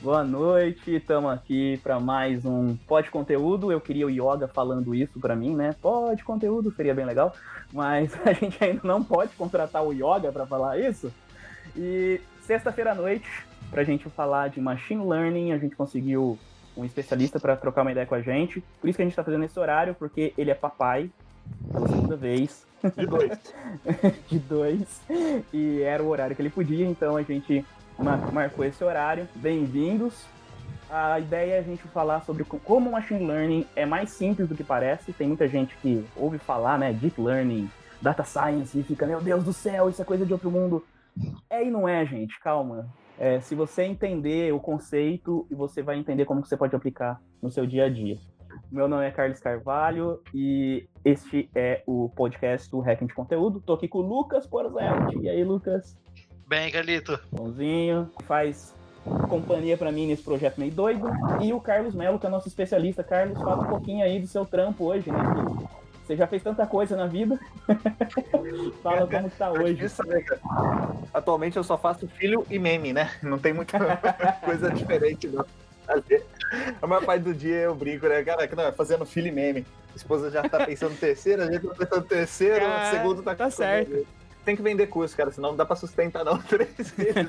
Boa noite, estamos aqui para mais um Pod Conteúdo. Eu queria o Yoga falando isso para mim, né? Pod Conteúdo seria bem legal, mas a gente ainda não pode contratar o Yoga para falar isso. E sexta-feira à noite, para a gente falar de Machine Learning, a gente conseguiu um especialista para trocar uma ideia com a gente. Por isso que a gente está fazendo esse horário, porque ele é papai pela segunda vez. De dois. De dois. E era o horário que ele podia, então a gente marcou esse horário. Bem-vindos. A ideia é a gente falar sobre como o Machine Learning é mais simples do que parece. Tem muita gente que ouve falar, né, Deep Learning, Data Science, e fica, meu Deus do céu, isso é coisa de outro mundo. E não é, gente, calma. Se você entender o conceito, você vai entender como que você pode aplicar no seu dia a dia. Meu nome é Carlos Carvalho e este é o podcast do Hacking de Conteúdo. Tô aqui com o Lucas Porzelt. E aí, Lucas? Bem, Carlito. Bonzinho. Faz companhia pra mim nesse projeto meio doido. E o Carlos Melo, que é nosso especialista. Carlos, fala um pouquinho aí do seu trampo hoje, né? Você já fez tanta coisa na vida. Fala como que tá hoje. Atualmente eu só faço filho e meme, né? Não tem muita coisa diferente, não. A maior parte do dia eu brinco, né? Cara, que não, é fazendo filho e meme. A esposa já tá pensando no terceiro, a gente tá pensando no terceiro, o segundo tá certo. Tem que vender curso, cara, senão não dá pra sustentar não 3 vezes.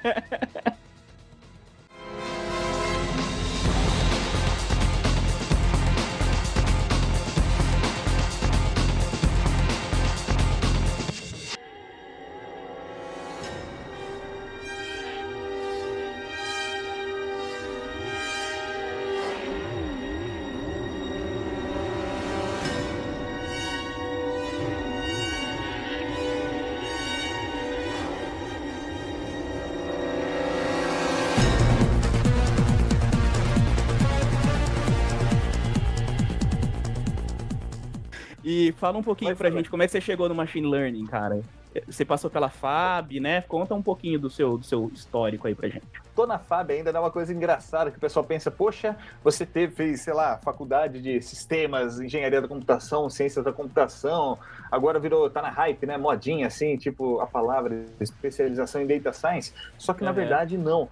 E fala um pouquinho pra gente, como é que você chegou no Machine Learning, cara? Você passou pela FAB, né? Conta um pouquinho do seu histórico aí pra gente. Tô na FAB ainda, dá uma coisa engraçada, que o pessoal pensa, poxa, você fez, sei lá, faculdade de sistemas, engenharia da computação, ciências da computação, agora tá na hype, né? Modinha, assim, tipo, a palavra especialização em Data Science. Só que, na verdade, não.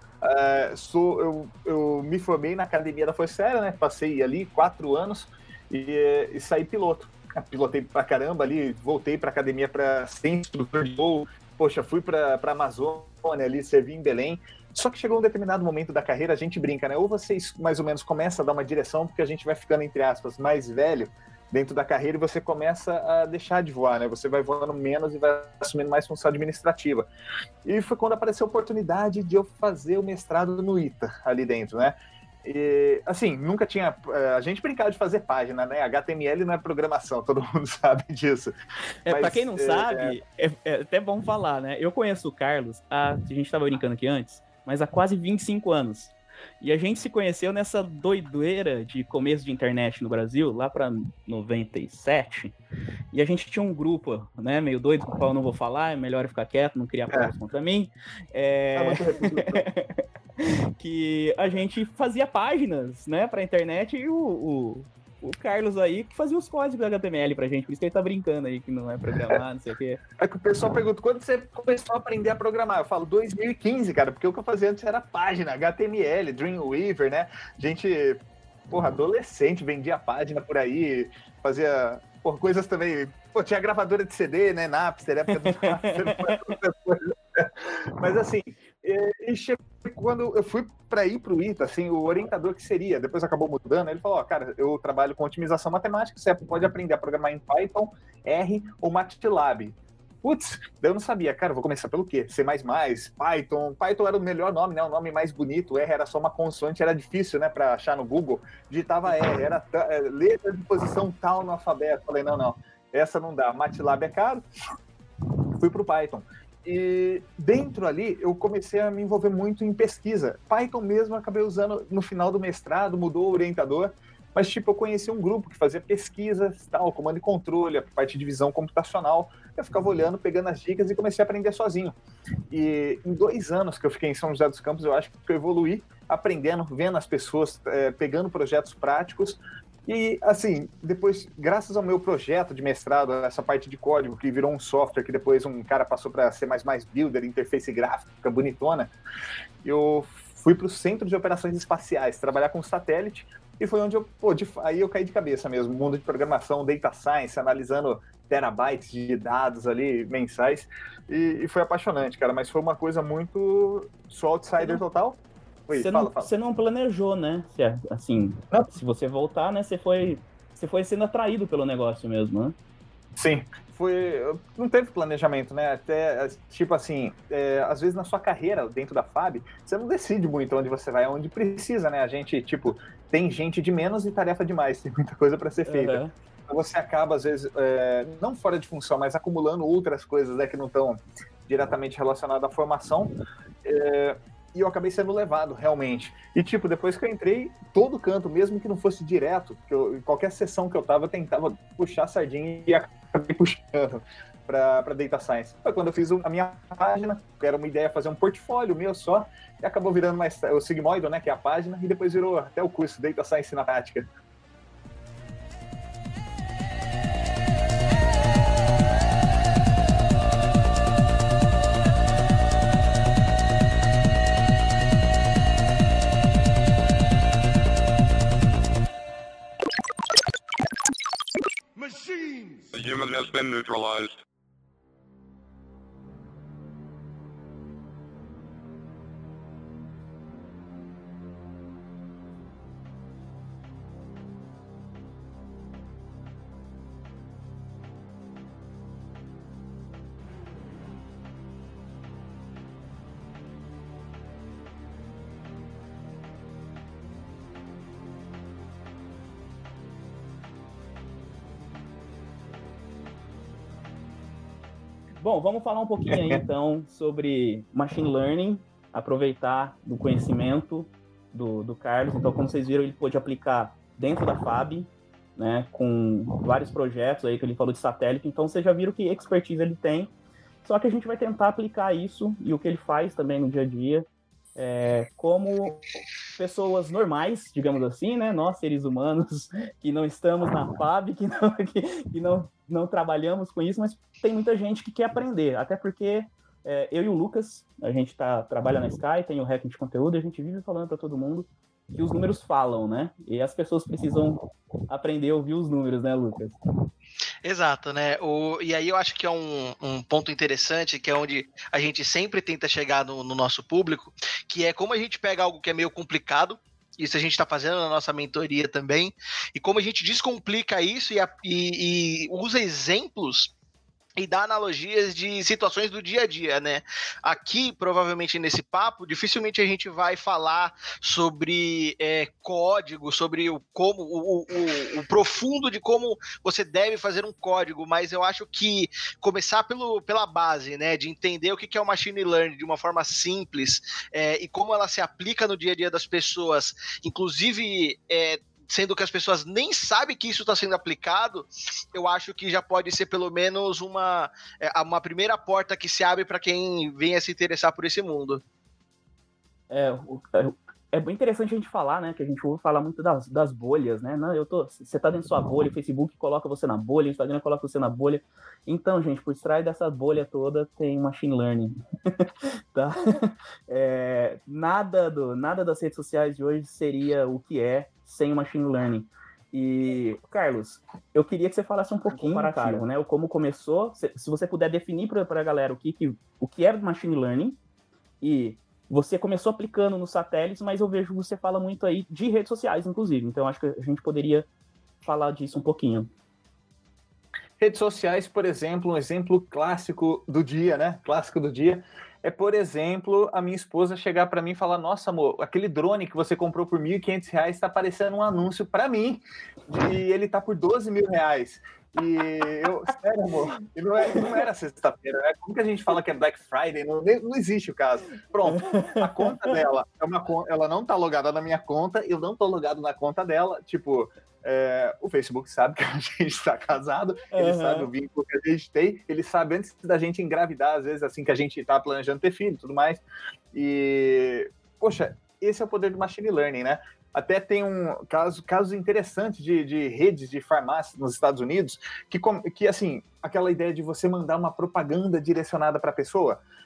Eu me formei na academia da Força Aérea, né? Passei ali 4 anos e saí piloto. Pilotei pra caramba ali, voltei pra academia pra ser instrutor de voo, poxa, fui pra Amazônia ali, servi em Belém, só que chegou um determinado momento da carreira, a gente brinca, né, ou você mais ou menos começa a dar uma direção, porque a gente vai ficando, entre aspas, mais velho dentro da carreira e você começa a deixar de voar, né, você vai voando menos e vai assumindo mais função administrativa, e foi quando apareceu a oportunidade de eu fazer o mestrado no ITA, ali dentro, né. E, assim, nunca tinha... A gente brincava de fazer página, né? HTML não é programação, todo mundo sabe disso. Mas, pra quem não sabe, é até bom falar, né? Eu conheço o Carlos, a gente tava brincando aqui antes, mas há quase 25 anos. E a gente se conheceu nessa doideira de começo de internet no Brasil, lá pra 97. E a gente tinha um grupo, né, meio doido, com o qual eu não vou falar, é melhor eu ficar quieto, não criar provas contra mim. Que a gente fazia páginas, né, pra internet, e o Carlos aí que fazia os códigos do HTML pra gente, por isso que ele tá brincando aí, que não é programar, não sei o quê. É que o pessoal pergunta, quando você começou a aprender a programar? Eu falo, 2015, cara, porque o que eu fazia antes era página, HTML, Dreamweaver, né? Gente, adolescente, vendia página por aí, fazia... coisas também... tinha gravadora de CD, né, Napster, época do Napster, mas assim... quando eu fui para ir para o ITA, assim, o orientador que seria, depois acabou mudando, ele falou, cara, eu trabalho com otimização matemática, você pode aprender a programar em Python, R ou MATLAB. Putz, eu não sabia, cara, vou começar pelo quê? C++, Python era o melhor nome, né, o nome mais bonito, R era só uma consoante, era difícil, né, para achar no Google, digitava R, era letra de posição tal no alfabeto, falei, não, essa não dá, MATLAB é caro, fui pro Python. E dentro ali, eu comecei a me envolver muito em pesquisa. Python mesmo eu acabei usando no final do mestrado, mudou o orientador, mas tipo, eu conheci um grupo que fazia pesquisas, tal, comando e controle, a parte de visão computacional. Eu ficava olhando, pegando as dicas e comecei a aprender sozinho. E em 2 anos que eu fiquei em São José dos Campos, eu acho que eu evoluí, aprendendo, vendo as pessoas, pegando projetos práticos. E, assim, depois, graças ao meu projeto de mestrado, essa parte de código, que virou um software que depois um cara passou para ser mais Builder, interface gráfica, bonitona, eu fui para o Centro de Operações Espaciais, trabalhar com satélite, e foi onde aí eu caí de cabeça mesmo, mundo de programação, data science, analisando terabytes de dados ali, mensais, e foi apaixonante, cara, mas foi uma coisa muito... Sou outsider total. Oi, fala. Você não planejou, né? Assim, se você voltar, né, você foi sendo atraído pelo negócio mesmo, né? Sim, não teve planejamento, né? Até, tipo assim, às vezes na sua carreira, dentro da FAB, você não decide muito onde você vai, onde precisa, né? A gente, tipo, tem gente de menos e tarefa de mais, tem muita coisa para ser feita. Uhum. Então você acaba, às vezes, não fora de função, mas acumulando outras coisas, né, que não estão diretamente relacionadas à formação, e eu acabei sendo levado, realmente. E, tipo, depois que eu entrei, todo canto, mesmo que não fosse direto, em qualquer sessão que eu tentava puxar a sardinha e acabei puxando para Data Science. Foi quando eu fiz a minha página, que era uma ideia fazer um portfólio meu só, e acabou virando mais o Sigmoidal, né, que é a página, e depois virou até o curso Data Science na prática. The human has been neutralized. Bom, vamos falar um pouquinho aí, então, sobre Machine Learning, aproveitar do conhecimento do Carlos. Então, como vocês viram, ele pôde aplicar dentro da FAB, né, com vários projetos aí que ele falou de satélite. Então, vocês já viram que expertise ele tem. Só que a gente vai tentar aplicar isso e o que ele faz também no dia a dia, como pessoas normais, digamos assim, né? Nós, seres humanos, que não estamos na FAB, que não trabalhamos com isso, mas tem muita gente que quer aprender, até porque eu e o Lucas, a gente trabalha na Sky, tem o hacking de conteúdo, e a gente vive falando para todo mundo que os números falam, né? E as pessoas precisam aprender a ouvir os números, né, Lucas? Exato, né? E aí eu acho que é um ponto interessante, que é onde a gente sempre tenta chegar no nosso público, que é como a gente pega algo que é meio complicado, isso a gente está fazendo na nossa mentoria também, e como a gente descomplica isso e usa exemplos e dá analogias de situações do dia a dia, né? Aqui, provavelmente nesse papo, dificilmente a gente vai falar sobre código, sobre o profundo de como você deve fazer um código, mas eu acho que começar pela base, né? De entender o que é o machine learning de uma forma simples e como ela se aplica no dia a dia das pessoas, inclusive sendo que as pessoas nem sabem que isso está sendo aplicado, eu acho que já pode ser pelo menos uma primeira porta que se abre para quem venha se interessar por esse mundo. É bem interessante a gente falar, né, que a gente ouve falar muito das bolhas, né? Não, você tá dentro da sua bolha, o Facebook coloca você na bolha, o Instagram coloca você na bolha. Então, gente, por trás dessa bolha toda tem machine learning. Tá? Nada das redes sociais de hoje seria o que é sem machine learning. E, Carlos, eu queria que você falasse um pouquinho, cara, né, como começou, se você puder definir para a galera o que é machine learning, e você começou aplicando nos satélites, mas eu vejo que você fala muito aí de redes sociais, inclusive. Então, acho que a gente poderia falar disso um pouquinho. Redes sociais, por exemplo, um exemplo clássico do dia, né? Clássico do dia é, por exemplo, a minha esposa chegar para mim e falar: nossa, amor, aquele drone que você comprou por R$1.500 está aparecendo um anúncio para mim e ele tá por R$12.000. E eu, sério, amor, não era sexta-feira, né? Como que a gente fala que é Black Friday? Não existe o caso. Pronto, a conta dela ela não tá logada na minha conta, eu não tô logado na conta dela. Tipo, o Facebook sabe que a gente está casado, ele sabe o vínculo que a gente tem, ele sabe antes da gente engravidar, às vezes, assim, que a gente tá planejando ter filho e tudo mais. E, poxa, esse é o poder do machine learning, né? Até tem casos interessantes de redes de farmácia nos Estados Unidos, que assim, aquela ideia de você mandar uma propaganda direcionada para a pessoa,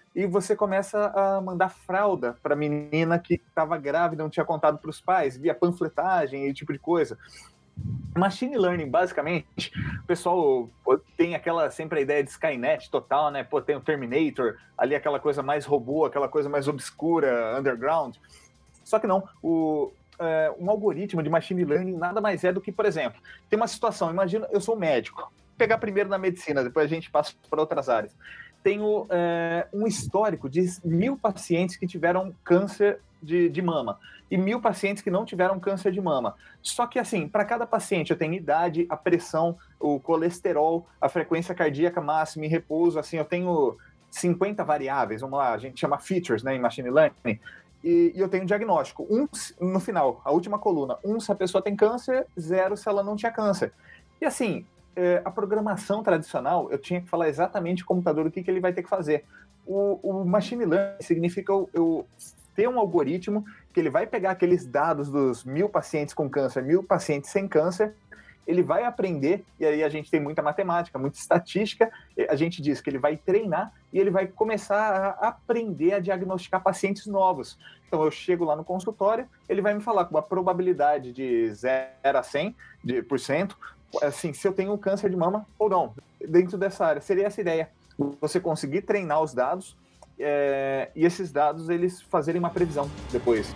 e você começa a mandar fralda para a menina que estava grávida, não tinha contado para os pais, via panfletagem e tipo de coisa. Machine Learning, basicamente, o pessoal tem sempre a ideia de Skynet total, né? Tem o Terminator, ali aquela coisa mais robô, aquela coisa mais obscura, underground. Só que não, um algoritmo de Machine Learning nada mais é do que, por exemplo, tem uma situação, imagina, eu sou médico, vou pegar primeiro na medicina, depois a gente passa para outras áreas. Tenho um histórico de 1.000 pacientes que tiveram câncer de mama e 1.000 pacientes que não tiveram câncer de mama. Só que, assim, para cada paciente eu tenho idade, a pressão, o colesterol, a frequência cardíaca máxima em repouso, assim, eu tenho 50 variáveis, vamos lá, a gente chama features, né, em Machine Learning, e eu tenho um diagnóstico. No final, a última coluna, se a pessoa tem câncer, 0 se ela não tinha câncer. E, assim, a programação tradicional, eu tinha que falar exatamente o computador o que ele vai ter que fazer. O Machine Learning significa eu ter um algoritmo que ele vai pegar aqueles dados dos 1.000 pacientes com câncer, 1.000 pacientes sem câncer, ele vai aprender, e aí a gente tem muita matemática, muita estatística, a gente diz que ele vai treinar e ele vai começar a aprender a diagnosticar pacientes novos. Então eu chego lá no consultório, ele vai me falar com uma probabilidade de 0 a 100%, assim, se eu tenho câncer de mama ou não, dentro dessa área. Seria essa ideia, você conseguir treinar os dados, e esses dados eles fazerem uma previsão depois.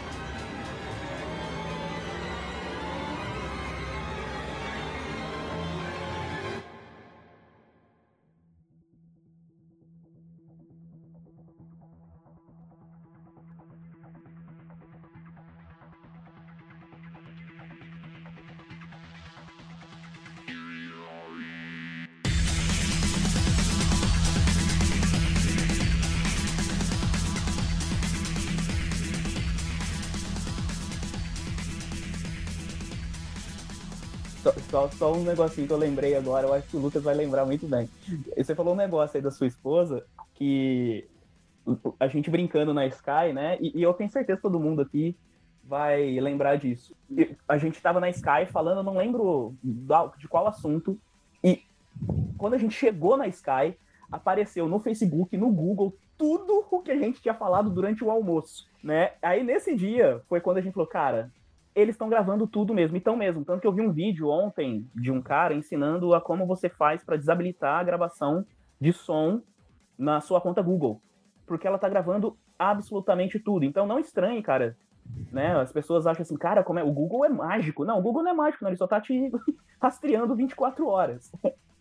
Só um negocinho que eu lembrei agora, eu acho que o Lucas vai lembrar muito bem. Você falou um negócio aí da sua esposa, que a gente brincando na Sky, né? E eu tenho certeza que todo mundo aqui vai lembrar disso. A gente tava na Sky falando, eu não lembro de qual assunto, e quando a gente chegou na Sky, apareceu no Facebook, no Google, tudo o que a gente tinha falado durante o almoço, né? Aí nesse dia foi quando a gente falou, cara, eles estão gravando tudo mesmo, então mesmo. Tanto que eu vi um vídeo ontem de um cara ensinando a como você faz para desabilitar a gravação de som na sua conta Google. Porque ela tá gravando absolutamente tudo. Então não estranhe, cara. Né? As pessoas acham assim, cara, como é? O Google é mágico. Não, o Google não é mágico, não. Ele só tá te rastreando 24 horas.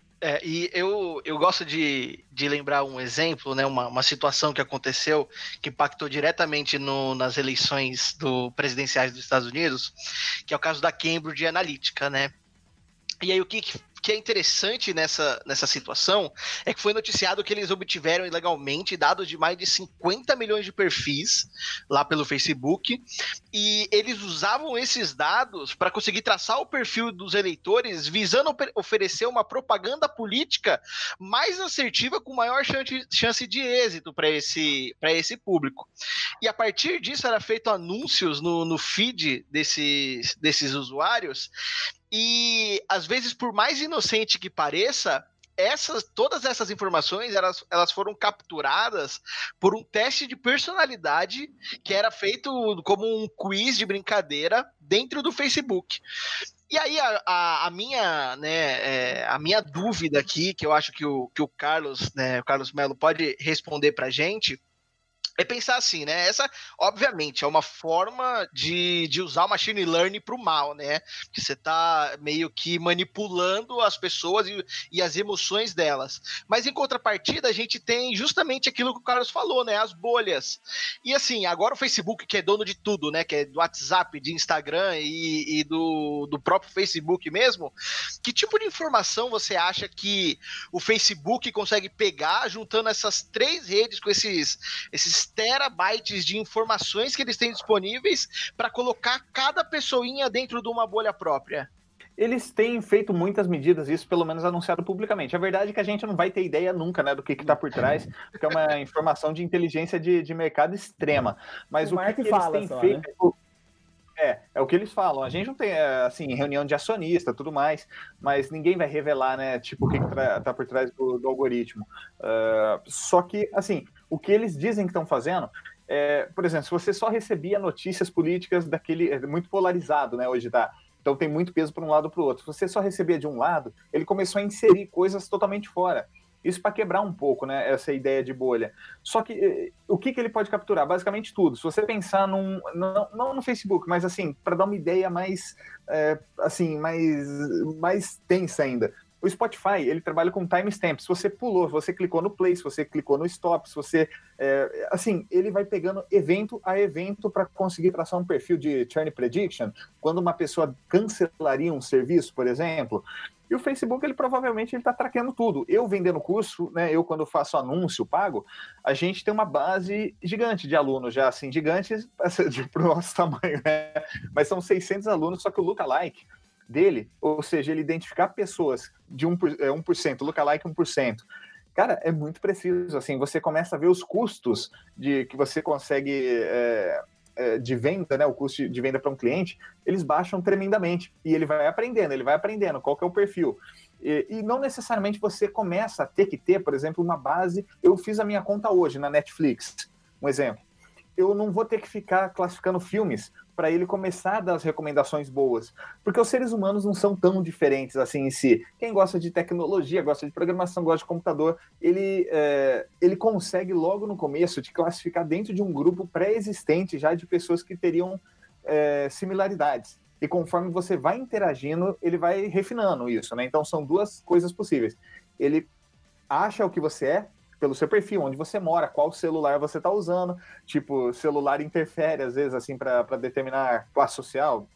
E eu gosto de lembrar um exemplo, né, uma situação que aconteceu que impactou diretamente nas eleições presidenciais dos Estados Unidos, que é o caso da Cambridge Analytica, né? E aí o que é interessante nessa situação é que foi noticiado que eles obtiveram ilegalmente dados de mais de 50 milhões de perfis lá pelo Facebook, e eles usavam esses dados para conseguir traçar o perfil dos eleitores, visando oferecer uma propaganda política mais assertiva, com maior chance de êxito para esse público. E a partir disso era feito anúncios no feed desses usuários. E, às vezes, por mais inocente que pareça, todas essas informações elas foram capturadas por um teste de personalidade que era feito como um quiz de brincadeira dentro do Facebook. E aí a minha dúvida aqui, que eu acho que o Carlos, né, o Carlos Melo pode responder pra gente, é pensar assim, né? Essa, obviamente, é uma forma de usar o machine learning para o mal, né? Que você está meio que manipulando as pessoas e as emoções delas. Mas, em contrapartida, a gente tem justamente aquilo que o Carlos falou, né? As bolhas. E, assim, agora o Facebook, que é dono de tudo, né? Que é do WhatsApp, de Instagram e do próprio Facebook mesmo, que tipo de informação você acha que o Facebook consegue pegar juntando essas 3 redes com esses terabytes de informações que eles têm disponíveis para colocar cada pessoinha dentro de uma bolha própria? Eles têm feito muitas medidas, isso pelo menos anunciado publicamente. A verdade é que a gente não vai ter ideia nunca, né, do que está por trás, porque é uma informação de inteligência de mercado extrema. Mas o que eles têm feito... Né? É o que eles falam. A gente não tem, assim, reunião de acionista, tudo mais, mas ninguém vai revelar, né, tipo, o que tá por trás do algoritmo. Só que, assim, o que eles dizem que estão fazendo por exemplo, se você só recebia notícias políticas daquele, muito polarizado, né, hoje tá, então tem muito peso para um lado ou para o outro. Se você só recebia de um lado, ele começou a inserir coisas totalmente fora. Isso para quebrar um pouco, né, essa ideia de bolha. Só que o que ele pode capturar? Basicamente tudo. Se você pensar não no Facebook, mas assim, para dar uma ideia mais, assim, mais tensa ainda. O Spotify, ele trabalha com timestamp. Se você pulou, você clicou no play, se você clicou no stop, se você... assim, ele vai pegando evento a evento para conseguir traçar um perfil de churn prediction, quando uma pessoa cancelaria um serviço, por exemplo. E o Facebook, ele provavelmente está traqueando tudo. Eu vendendo curso, né, eu quando faço anúncio pago, a gente tem uma base gigante de alunos já, assim, gigantes para o nosso tamanho, né? Mas são 600 alunos, só que o lookalike dele, ou seja, ele identificar pessoas de 1%, lookalike 1%. Cara, é muito preciso, assim, você começa a ver os custos que você consegue de venda, né, o custo de venda para um cliente, eles baixam tremendamente, e ele vai aprendendo qual que é o perfil. E não necessariamente você começa a ter que ter, por exemplo, uma base. Eu fiz a minha conta hoje na Netflix, um exemplo. Eu não vou ter que ficar classificando filmes para ele começar a dar as recomendações boas, porque os seres humanos não são tão diferentes assim em si. Quem gosta de tecnologia, gosta de programação, gosta de computador, ele consegue logo no começo te classificar dentro de um grupo pré-existente já de pessoas que teriam similaridades. E conforme você vai interagindo, ele vai refinando isso, né? Então são duas coisas possíveis. Ele acha o que você é, pelo seu perfil, onde você mora, qual celular você está usando, tipo, celular interfere às vezes assim para determinar classe social,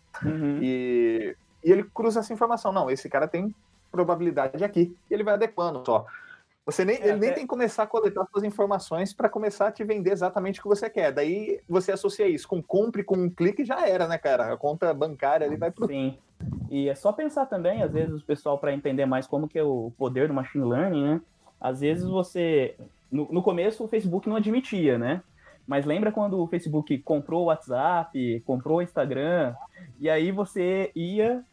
e ele cruza essa informação. Não, esse cara tem probabilidade aqui, e ele vai adequando só. Ele nem tem que começar a coletar suas informações para começar a te vender exatamente o que você quer. Daí você associa isso com compre, com um clique, já era, né, cara? A conta bancária ali vai pro... Sim. E é só pensar também, às vezes, o pessoal, para entender mais como que é o poder do machine learning, né? Às vezes você... No começo o Facebook não admitia, né? Mas lembra quando o Facebook comprou o WhatsApp, comprou o Instagram, e aí você ia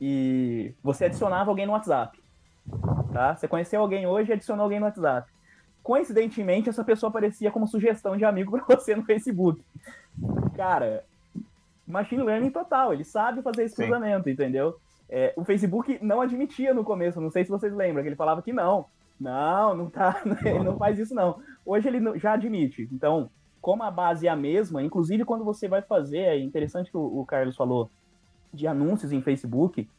e você adicionava alguém no WhatsApp, tá? Você conheceu alguém hoje e adicionou alguém no WhatsApp. Coincidentemente, essa pessoa aparecia como sugestão de amigo para você no Facebook. Cara, machine learning total, ele sabe fazer esse cruzamento, entendeu? O Facebook não admitia no começo, não sei se vocês lembram, que ele falava que não tá, ele não faz isso não. Hoje ele já admite. Então, como a base é a mesma, inclusive quando você vai fazer, é interessante que o Carlos falou de anúncios em Facebook,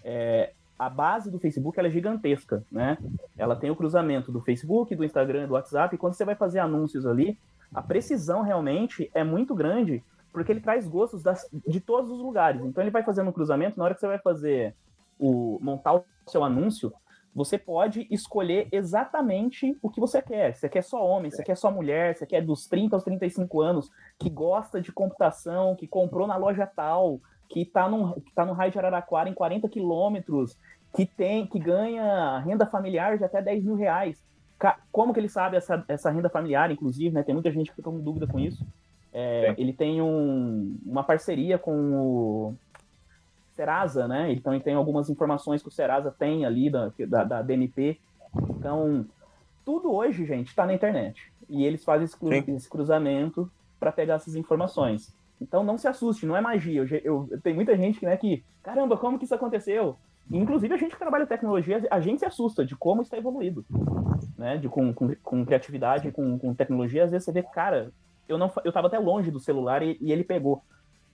a base do Facebook ela é gigantesca, né? Ela tem o cruzamento do Facebook, do Instagram, do WhatsApp, e quando você vai fazer anúncios ali, a precisão realmente é muito grande, porque ele traz gostos de todos os lugares. Então ele vai fazendo um cruzamento, na hora que você vai fazer montar o seu anúncio, você pode escolher exatamente o que você quer. Você quer só homem, você quer só mulher, você quer dos 30 aos 35 anos, que gosta de computação, que comprou na loja tal, que tá no raio de Araraquara em 40 quilômetros, que ganha renda familiar de até 10 mil reais. Como que ele sabe essa renda familiar, inclusive, né? Tem muita gente que fica com dúvida com isso. Ele tem uma parceria com o Serasa, né? Então ele tem algumas informações que o Serasa tem ali da DNP. Então, tudo hoje, gente, está na internet. E eles fazem esse cruzamento para pegar essas informações. Então não se assuste, não é magia. Tem muita gente que, caramba, como que isso aconteceu? E, inclusive a gente que trabalha em tecnologia, a gente se assusta de como está evoluído. Né? Com criatividade, com tecnologia, às vezes você vê, cara, eu tava até longe do celular e ele pegou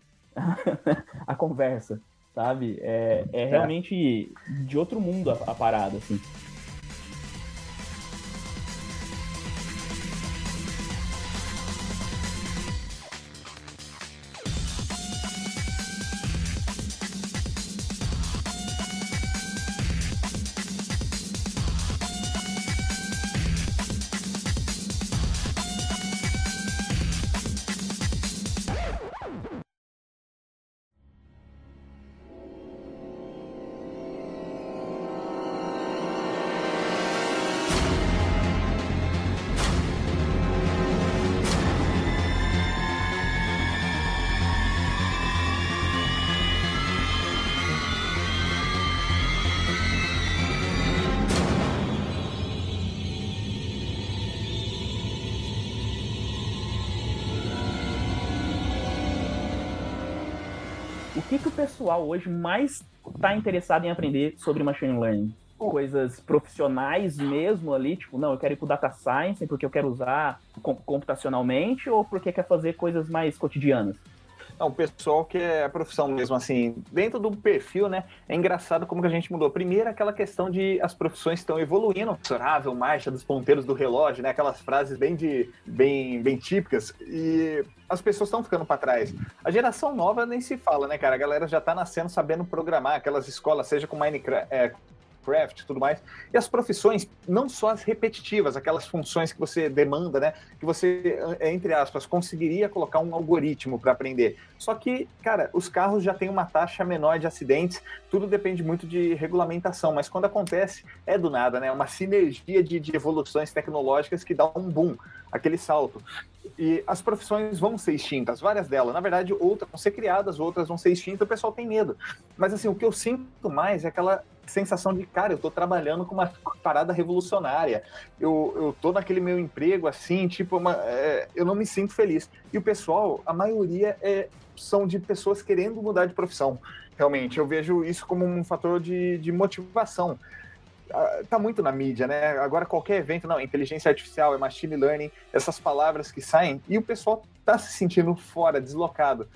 a conversa. Sabe? É realmente de outro mundo a parada, assim. que o pessoal hoje mais está interessado em aprender sobre machine learning? Coisas profissionais mesmo ali, tipo, não, eu quero ir pro data science porque eu quero usar computacionalmente, ou porque quer fazer coisas mais cotidianas? Não, o pessoal que é a profissão mesmo, assim, dentro do perfil, né, é engraçado como que a gente mudou. Primeiro, aquela questão de as profissões estão evoluindo, inexorável marcha dos ponteiros do relógio, né, aquelas frases bem típicas, e as pessoas estão ficando para trás. A geração nova nem se fala, né, cara, a galera já tá nascendo sabendo programar, aquelas escolas, seja com Minecraft, e tudo mais, e as profissões, não só as repetitivas, aquelas funções que você demanda, né, que você, entre aspas, conseguiria colocar um algoritmo para aprender. Só que, cara, os carros já têm uma taxa menor de acidentes, tudo depende muito de regulamentação, mas quando acontece, é do nada, né, uma sinergia de evoluções tecnológicas que dá um boom, aquele salto. E as profissões vão ser extintas, várias delas. Na verdade, outras vão ser criadas, outras vão ser extintas, o pessoal tem medo. Mas, assim, o que eu sinto mais é aquela sensação de, cara, eu tô trabalhando com uma parada revolucionária. Eu tô naquele meu emprego, assim, tipo, eu não me sinto feliz. E o pessoal, a maioria são de pessoas querendo mudar de profissão. Realmente, eu vejo isso como um fator de motivação. Tá muito na mídia, né? Agora qualquer evento, não, inteligência artificial, é machine learning, essas palavras que saem, e o pessoal tá se sentindo fora, deslocado.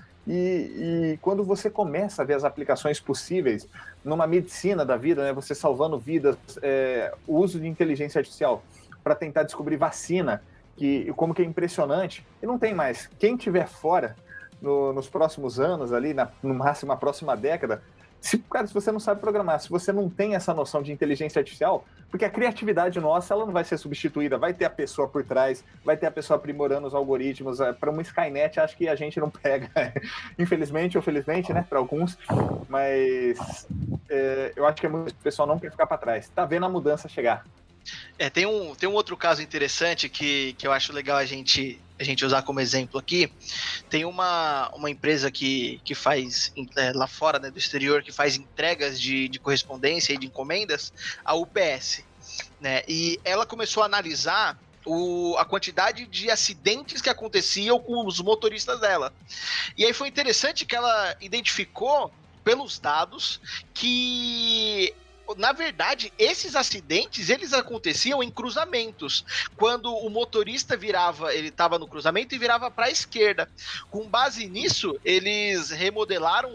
E quando você começa a ver as aplicações possíveis numa medicina da vida, né? Você salvando vidas, o uso de inteligência artificial para tentar descobrir vacina, como que é impressionante, e não tem mais. Quem tiver fora nos próximos anos, ali, no máximo na próxima década, se você não sabe programar, se você não tem essa noção de inteligência artificial, porque a criatividade nossa, ela não vai ser substituída, vai ter a pessoa por trás, vai ter a pessoa aprimorando os algoritmos. Para uma Skynet, acho que a gente não pega, infelizmente ou felizmente, né, para alguns, mas eu acho que o pessoal não quer ficar para trás, tá vendo a mudança chegar. Tem um outro caso interessante que eu acho legal a gente usar como exemplo aqui. Tem uma empresa que faz, lá fora, né, do exterior, que faz entregas de correspondência e de encomendas, a UPS, né? E ela começou a analisar a quantidade de acidentes que aconteciam com os motoristas dela. E aí foi interessante que ela identificou pelos dados que, na verdade, esses acidentes, eles aconteciam em cruzamentos, quando o motorista ele estava no cruzamento e virava para a esquerda. Com base nisso, eles remodelaram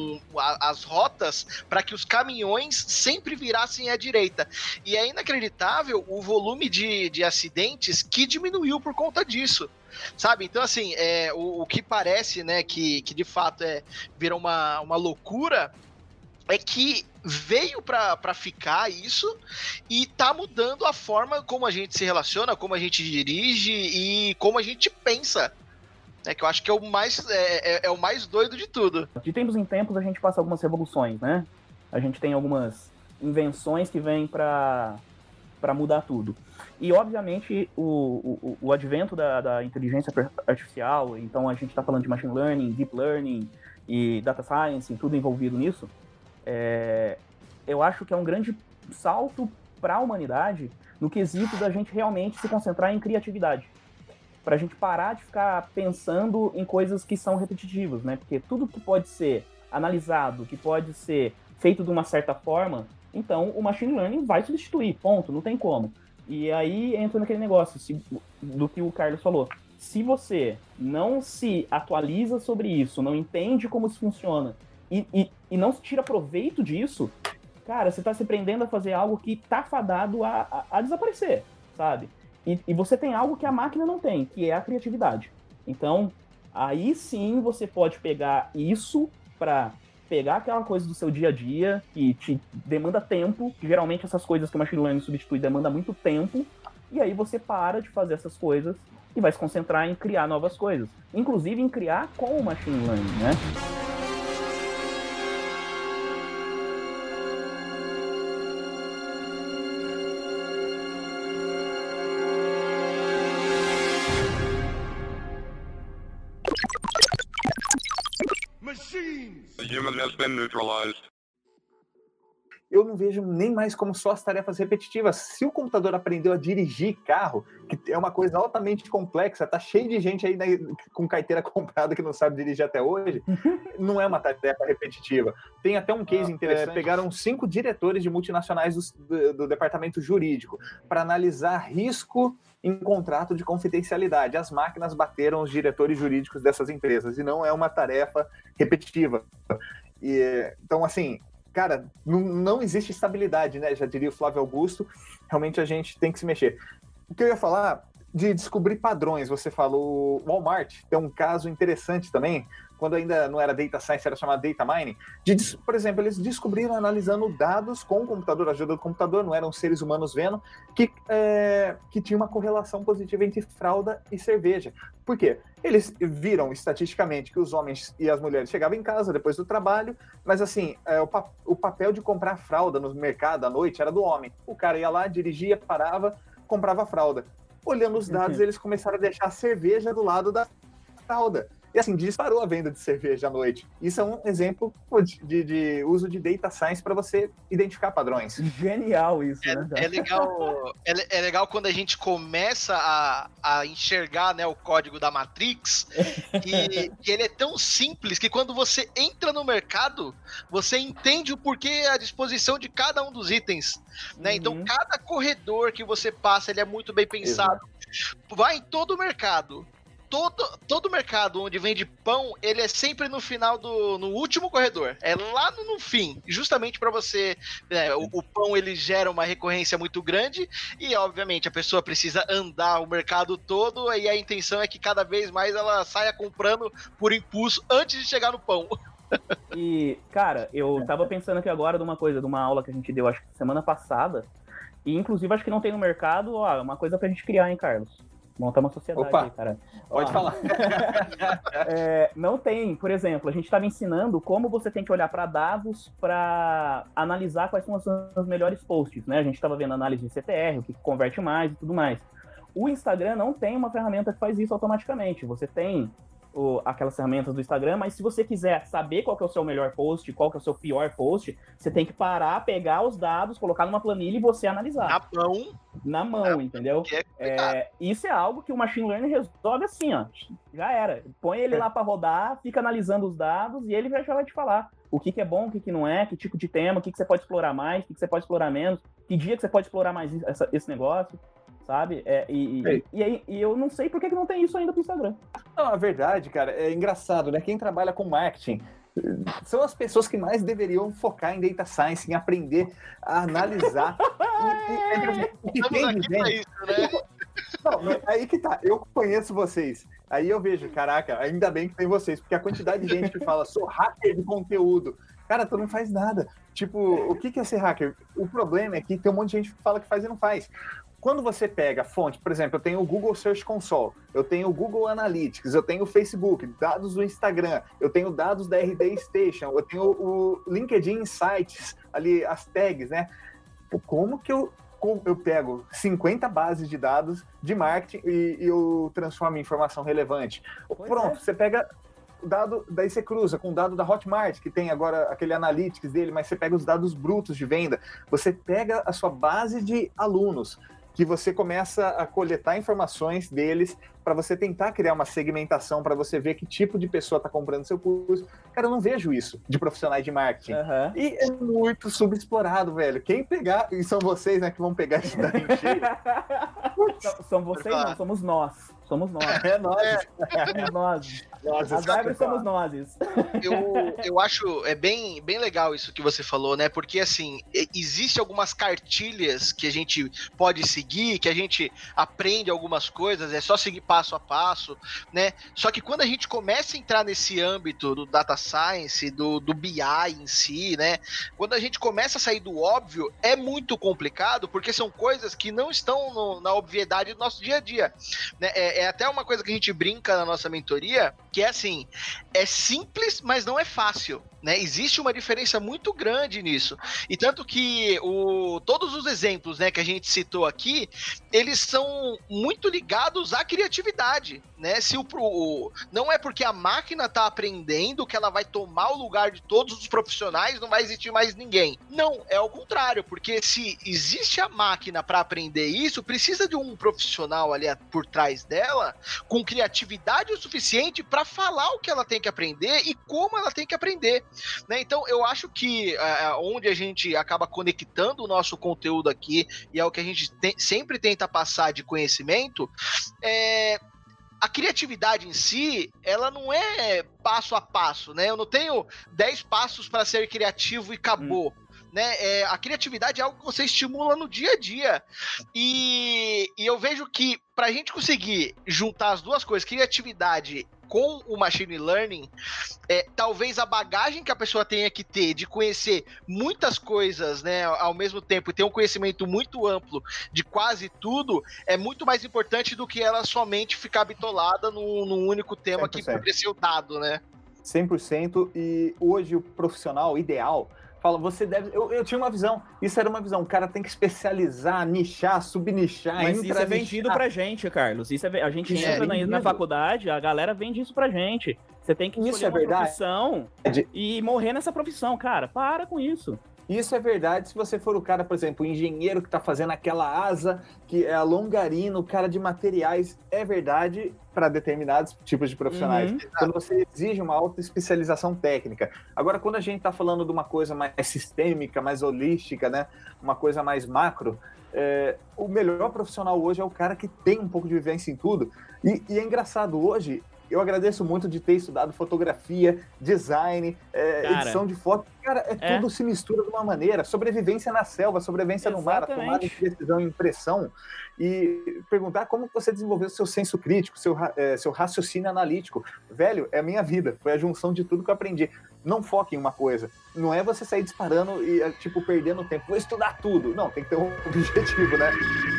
as rotas para que os caminhões sempre virassem à direita. E é inacreditável o volume de acidentes que diminuiu por conta disso. Sabe? Então, assim, o que parece, né, que de fato vira uma loucura, é que veio para ficar isso e tá mudando a forma como a gente se relaciona, como a gente dirige e como a gente pensa. Que eu acho que é o mais doido de tudo. De tempos em tempos a gente passa algumas revoluções, né? A gente tem algumas invenções que vêm para mudar tudo. E, obviamente, o advento da inteligência artificial, então a gente está falando de machine learning, deep learning e data science, tudo envolvido nisso, eu acho que é um grande salto para a humanidade no quesito da gente realmente se concentrar em criatividade. Para a gente parar de ficar pensando em coisas que são repetitivas, né? Porque tudo que pode ser analisado, que pode ser feito de uma certa forma, então o machine learning vai substituir, ponto, não tem como. E aí entra naquele negócio do que o Carlos falou. Se você não se atualiza sobre isso, não entende como isso funciona, e não tira proveito disso, cara, você tá se prendendo a fazer algo que tá fadado a desaparecer, sabe? E você tem algo que a máquina não tem, que é a criatividade. Então, aí sim você pode pegar isso para pegar aquela coisa do seu dia a dia, que te demanda tempo, que geralmente essas coisas que o machine learning substitui demanda muito tempo, e aí você para de fazer essas coisas e vai se concentrar em criar novas coisas. Inclusive em criar com o machine learning, né? The human has been neutralized. eu não vejo nem mais como só as tarefas repetitivas. Se o computador aprendeu a dirigir carro, que é uma coisa altamente complexa, tá cheio de gente aí com carteira comprada que não sabe dirigir até hoje, não é uma tarefa repetitiva. Tem até um case interessante. Pegaram 5 diretores de multinacionais do departamento jurídico para analisar risco em contrato de confidencialidade. As máquinas bateram os diretores jurídicos dessas empresas, e não é uma tarefa repetitiva. Então, assim, cara, não existe estabilidade, né? Já diria o Flávio Augusto, realmente a gente tem que se mexer. O que eu ia falar de descobrir padrões, você falou, o Walmart tem um caso interessante também, quando ainda não era Data Science, era chamado Data Mining, por exemplo, eles descobriram analisando dados com o computador, a ajuda do computador, não eram seres humanos vendo, que tinha uma correlação positiva entre fralda e cerveja. Por quê? Eles viram estatisticamente que os homens e as mulheres chegavam em casa depois do trabalho, mas assim, o papel de comprar fralda no mercado à noite era do homem. O cara ia lá, dirigia, parava, comprava fralda. Olhando os dados, eles começaram a deixar a cerveja do lado da fralda. E assim, disparou a venda de cerveja à noite. Isso é um exemplo de uso de Data Science para você identificar padrões. Genial isso, né? É legal quando a gente começa a enxergar, né, o código da Matrix, e ele é tão simples que quando você entra no mercado, você entende o porquê, a disposição de cada um dos itens. Né? Então, cada corredor que você passa, ele é muito bem pensado. Exato. Vai em todo o mercado. Todo mercado onde vende pão, ele é sempre no final no último corredor. É lá no fim. Justamente para você... o pão, ele gera uma recorrência muito grande e, obviamente, a pessoa precisa andar o mercado todo e a intenção é que cada vez mais ela saia comprando por impulso antes de chegar no pão. E, cara, eu tava pensando aqui agora de uma aula que a gente deu, acho que semana passada, e inclusive acho que não tem no mercado, uma coisa pra gente criar, hein, Carlos? Montar uma sociedade aí, cara. Pode falar. Não tem, por exemplo, a gente estava ensinando como você tem que olhar para dados para analisar quais são os melhores posts, né? A gente estava vendo análise de CTR, o que converte mais e tudo mais. O Instagram não tem uma ferramenta que faz isso automaticamente. Você tem aquelas ferramentas do Instagram, mas se você quiser saber qual que é o seu melhor post, qual que é o seu pior post, você tem que parar, pegar os dados, colocar numa planilha e você analisar. Na mão, entendeu? Isso é algo que o Machine Learning resolve assim, ó. Já era. Põe ele lá para rodar, fica analisando os dados e ele já vai te falar o que é bom, o que não é, que tipo de tema, o que você pode explorar mais, o que você pode explorar menos, que dia que você pode explorar mais esse negócio. Sabe? E eu não sei por que não tem isso ainda pro Instagram. Não, a verdade, cara, é engraçado, né? Quem trabalha com marketing são as pessoas que mais deveriam focar em Data Science, em aprender a analisar. Aí que tá, eu conheço vocês. Aí eu vejo, caraca, ainda bem que tem vocês, porque a quantidade de gente que fala, sou hacker de conteúdo. Cara, tu não faz nada. Tipo, o que é ser hacker? O problema é que tem um monte de gente que fala que faz e não faz. Quando você pega fonte, por exemplo, eu tenho o Google Search Console, eu tenho o Google Analytics, eu tenho o Facebook, dados do Instagram, eu tenho dados da RD Station, eu tenho o LinkedIn Insights, ali as tags, né? Como que eu pego 50 bases de dados de marketing e eu transformo em informação relevante? Pronto, você pega o dado, daí você cruza com o dado da Hotmart, que tem agora aquele Analytics dele, mas você pega os dados brutos de venda, você pega a sua base de alunos, que você começa a coletar informações deles para você tentar criar uma segmentação, para você ver que tipo de pessoa está comprando seu curso. Cara, eu não vejo isso de profissionais de marketing. Uhum. E é muito subexplorado, velho. Quem pegar, e são vocês, né, que vão pegar isso daí em cheio. São vocês não, somos nós. Somos nós. Somos nós. As árvores somos nós. Eu acho bem legal isso que você falou, né? Porque, assim, existe algumas cartilhas que a gente pode seguir, que a gente aprende algumas coisas, é só seguir passo a passo, né? Só que quando a gente começa a entrar nesse âmbito do Data Science, do BI em si, né? Quando a gente começa a sair do óbvio, é muito complicado, porque são coisas que não estão na obviedade do nosso dia a dia, né? É até uma coisa que a gente brinca na nossa mentoria, que é assim, é simples, mas não é fácil. né? Existe uma diferença muito grande nisso. E tanto que todos os exemplos, né, que a gente citou aqui, eles são muito ligados à criatividade, né? Não é porque a máquina está aprendendo que ela vai tomar o lugar de todos os profissionais, não vai existir mais ninguém. Não, é o contrário, porque se existe a máquina para aprender isso, precisa de um profissional ali por trás dela com criatividade o suficiente para falar o que ela tem que aprender e como ela tem que aprender. Né? Então, eu acho que onde a gente acaba conectando o nosso conteúdo aqui, e é o que a gente sempre tenta passar de conhecimento, a criatividade em si, ela não é passo a passo, né? Eu não tenho 10 passos para ser criativo e acabou. Né? A criatividade é algo que você estimula no dia a dia. E eu vejo que para a gente conseguir juntar as duas coisas, criatividade com o machine learning, talvez a bagagem que a pessoa tenha que ter de conhecer muitas coisas, né, ao mesmo tempo, e ter um conhecimento muito amplo de quase tudo, é muito mais importante do que ela somente ficar bitolada num único tema 100%. Que poderia ser o dado, né? 100%. E hoje o profissional ideal fala, você deve... Eu tinha uma visão, isso era uma visão, o cara tem que especializar, nichar, subnichar. Mas isso é vendido pra gente, Carlos. A gente entra na faculdade, a galera vende isso pra gente. Você tem que escolher uma profissão e morrer nessa profissão, cara. Para com isso. Isso é verdade se você for o cara, por exemplo, o engenheiro que está fazendo aquela asa, que é a longarina, o cara de materiais, é verdade para determinados tipos de profissionais. Quando você exige uma alta especialização técnica. Agora, quando a gente está falando de uma coisa mais sistêmica, mais holística, né, uma coisa mais macro, o melhor profissional hoje é o cara que tem um pouco de vivência em tudo. E é engraçado, hoje... Eu agradeço muito de ter estudado fotografia, design, edição de foto. Cara, tudo se mistura de uma maneira. Sobrevivência na selva, sobrevivência no mar, tomada de decisão e impressão. E perguntar como você desenvolveu seu senso crítico, seu raciocínio analítico. Velho, é a minha vida. Foi a junção de tudo que eu aprendi. Não foque em uma coisa. Não é você sair disparando e, perdendo tempo. Vou estudar tudo. Não, tem que ter um objetivo, né?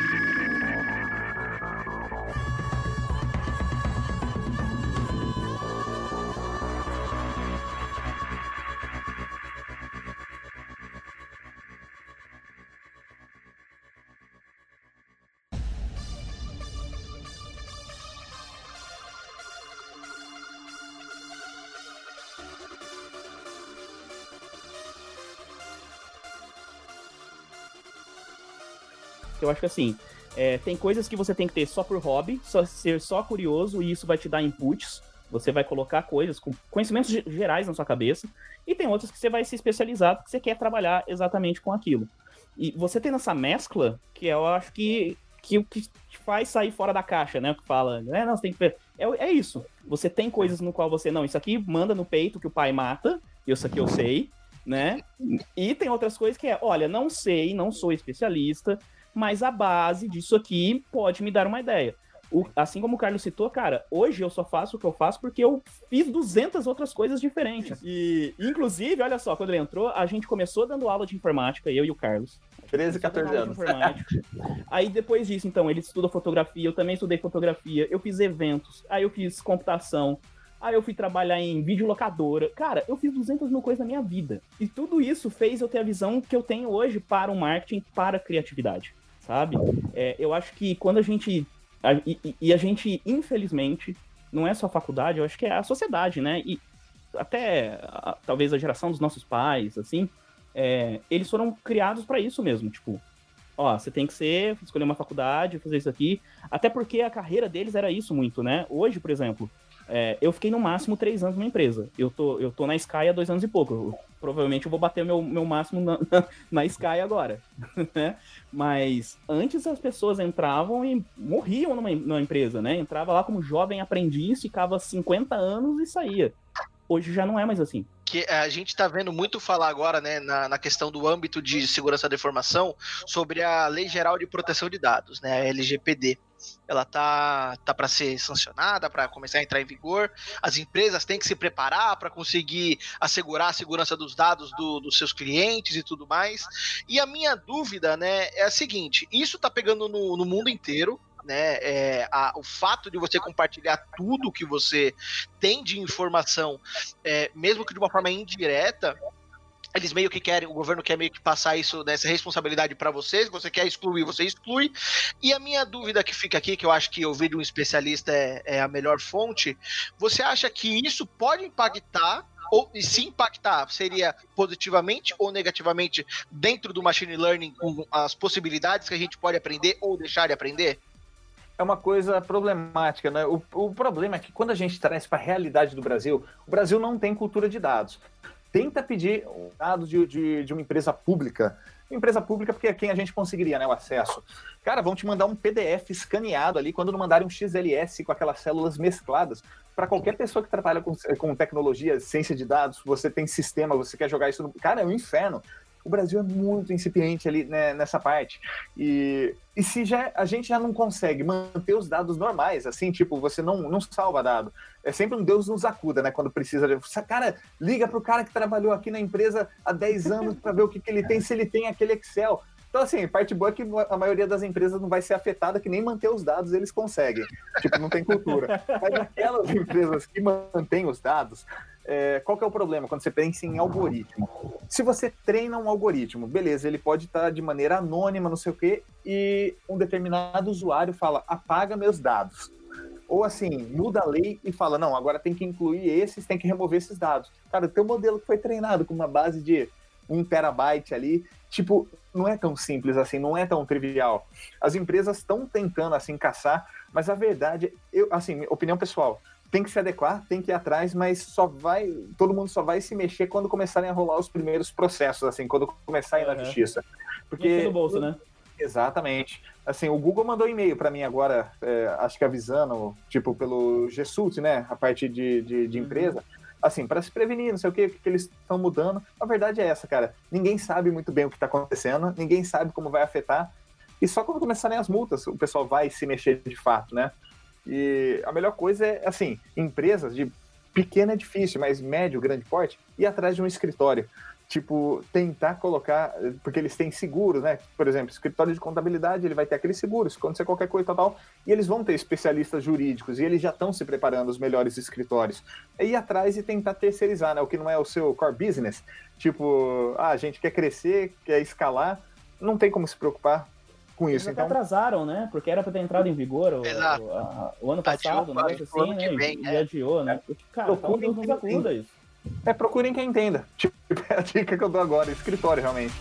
Eu acho que assim, tem coisas que você tem que ter só por hobby, ser só curioso, e isso vai te dar inputs. Você vai colocar coisas com conhecimentos gerais na sua cabeça, e tem outras que você vai se especializar porque você quer trabalhar exatamente com aquilo. E você tendo essa mescla, que eu acho que o que te faz sair fora da caixa, né? O que fala, não, você tem que... É isso. Você tem coisas no qual você, não, isso aqui manda no peito que o pai mata, isso aqui eu sei, né? E tem outras coisas que olha, não sei, não sou especialista, mas a base disso aqui pode me dar uma ideia. Assim como o Carlos citou, cara, hoje eu só faço o que eu faço porque eu fiz 200 outras coisas diferentes. E, inclusive, olha só, quando ele entrou, a gente começou dando aula de informática, eu e o Carlos. 13, 14 anos. Aí, depois disso, então, ele estuda fotografia, eu também estudei fotografia, eu fiz eventos, aí eu fiz computação, aí eu fui trabalhar em videolocadora. Cara, eu fiz 200 mil coisas na minha vida. E tudo isso fez eu ter a visão que eu tenho hoje para o marketing, para a criatividade, sabe? Eu acho que quando a gente... E a gente, infelizmente, não é só a faculdade, eu acho que é a sociedade, né? E até, talvez, a geração dos nossos pais, assim, eles foram criados para isso mesmo. Tipo, você tem que escolher uma faculdade, fazer isso aqui. Até porque a carreira deles era isso muito, né? Hoje, por exemplo, eu fiquei no máximo 3 anos numa empresa. Eu tô na Sky há 2 anos e pouco. Provavelmente eu vou bater meu máximo na Sky agora. Né? Mas antes as pessoas entravam e morriam numa empresa, né? Entrava lá como jovem aprendiz, ficava 50 anos e saía. Hoje já não é mais assim. Que a gente está vendo muito falar agora, né, na questão do âmbito de segurança da informação, sobre a Lei Geral de Proteção de Dados, né, a LGPD. Ela tá para ser sancionada, para começar a entrar em vigor. As empresas têm que se preparar para conseguir assegurar a segurança dos dados dos seus clientes e tudo mais. E a minha dúvida, né, é a seguinte: isso tá pegando no mundo inteiro, né? O fato de você compartilhar tudo que você tem de informação, mesmo que de uma forma indireta, eles meio que querem, o governo quer meio que passar isso, essa responsabilidade para vocês, você quer excluir, você exclui. E a minha dúvida que fica aqui, que eu acho que ouvir de um especialista é a melhor fonte, você acha que isso pode impactar, ou e se impactar, seria positivamente ou negativamente dentro do machine learning, com as possibilidades que a gente pode aprender ou deixar de aprender? É uma coisa problemática, né? O problema é que quando a gente traz para a realidade do Brasil, o Brasil não tem cultura de dados. Tenta pedir dados de uma empresa pública. Empresa pública porque é quem a gente conseguiria, né, o acesso. Cara, vão te mandar um PDF escaneado ali, quando não mandarem um XLS com aquelas células mescladas. Para qualquer pessoa que trabalha com tecnologia, ciência de dados, você tem sistema, você quer jogar isso no... Cara, é um inferno. O Brasil é muito incipiente ali, né, nessa parte. E se a gente já não consegue manter os dados normais, assim, tipo, você não salva dado. É sempre um Deus nos acuda, né, quando precisa. Cara, liga pro cara que trabalhou aqui na empresa há 10 anos para ver o que ele tem, se ele tem aquele Excel. Então, assim, parte boa é que a maioria das empresas não vai ser afetada, que nem manter os dados eles conseguem. Tipo, não tem cultura. Mas aquelas empresas que mantêm os dados... qual que é o problema quando você pensa em algoritmo? Se você treina um algoritmo, beleza, ele pode estar de maneira anônima, não sei o quê, e um determinado usuário fala, apaga meus dados. Ou assim, muda a lei e fala, não, agora tem que incluir esses, tem que remover esses dados. Cara, o teu modelo que foi treinado com uma base de 1 terabyte ali, tipo, não é tão simples assim, não é tão trivial. As empresas estão tentando, assim, caçar, mas a verdade, assim, opinião pessoal, tem que se adequar, tem que ir atrás, mas todo mundo só vai se mexer quando começarem a rolar os primeiros processos, assim, quando começar a ir na justiça. Porque no bolso, né? Exatamente. Assim, o Google mandou e-mail para mim agora, acho que avisando, tipo, pelo G Suite, né, a parte de empresa, assim, para se prevenir, não sei o que eles estão mudando. A verdade é essa, cara. Ninguém sabe muito bem o que está acontecendo, ninguém sabe como vai afetar, e só quando começarem as multas, o pessoal vai se mexer de fato, né? E a melhor coisa é, assim, empresas de pequeno é difícil, mas médio, grande porte, ir atrás de um escritório. Tipo, tentar colocar, porque eles têm seguros, né? Por exemplo, escritório de contabilidade, ele vai ter aqueles seguros, se acontecer qualquer coisa e tal, e eles vão ter especialistas jurídicos, e eles já estão se preparando, os melhores escritórios. É ir atrás e tentar terceirizar, né? O que não é o seu core business. Tipo, a gente quer crescer, quer escalar, não tem como se preocupar com isso. Eles até atrasaram, né? Porque era para ter entrado em vigor o ano passado, né? Assim, né? E adiou, né? Porque, cara, Deus nos acuda isso. Procurem quem entenda. Tipo, é a dica que eu dou agora, escritório, realmente.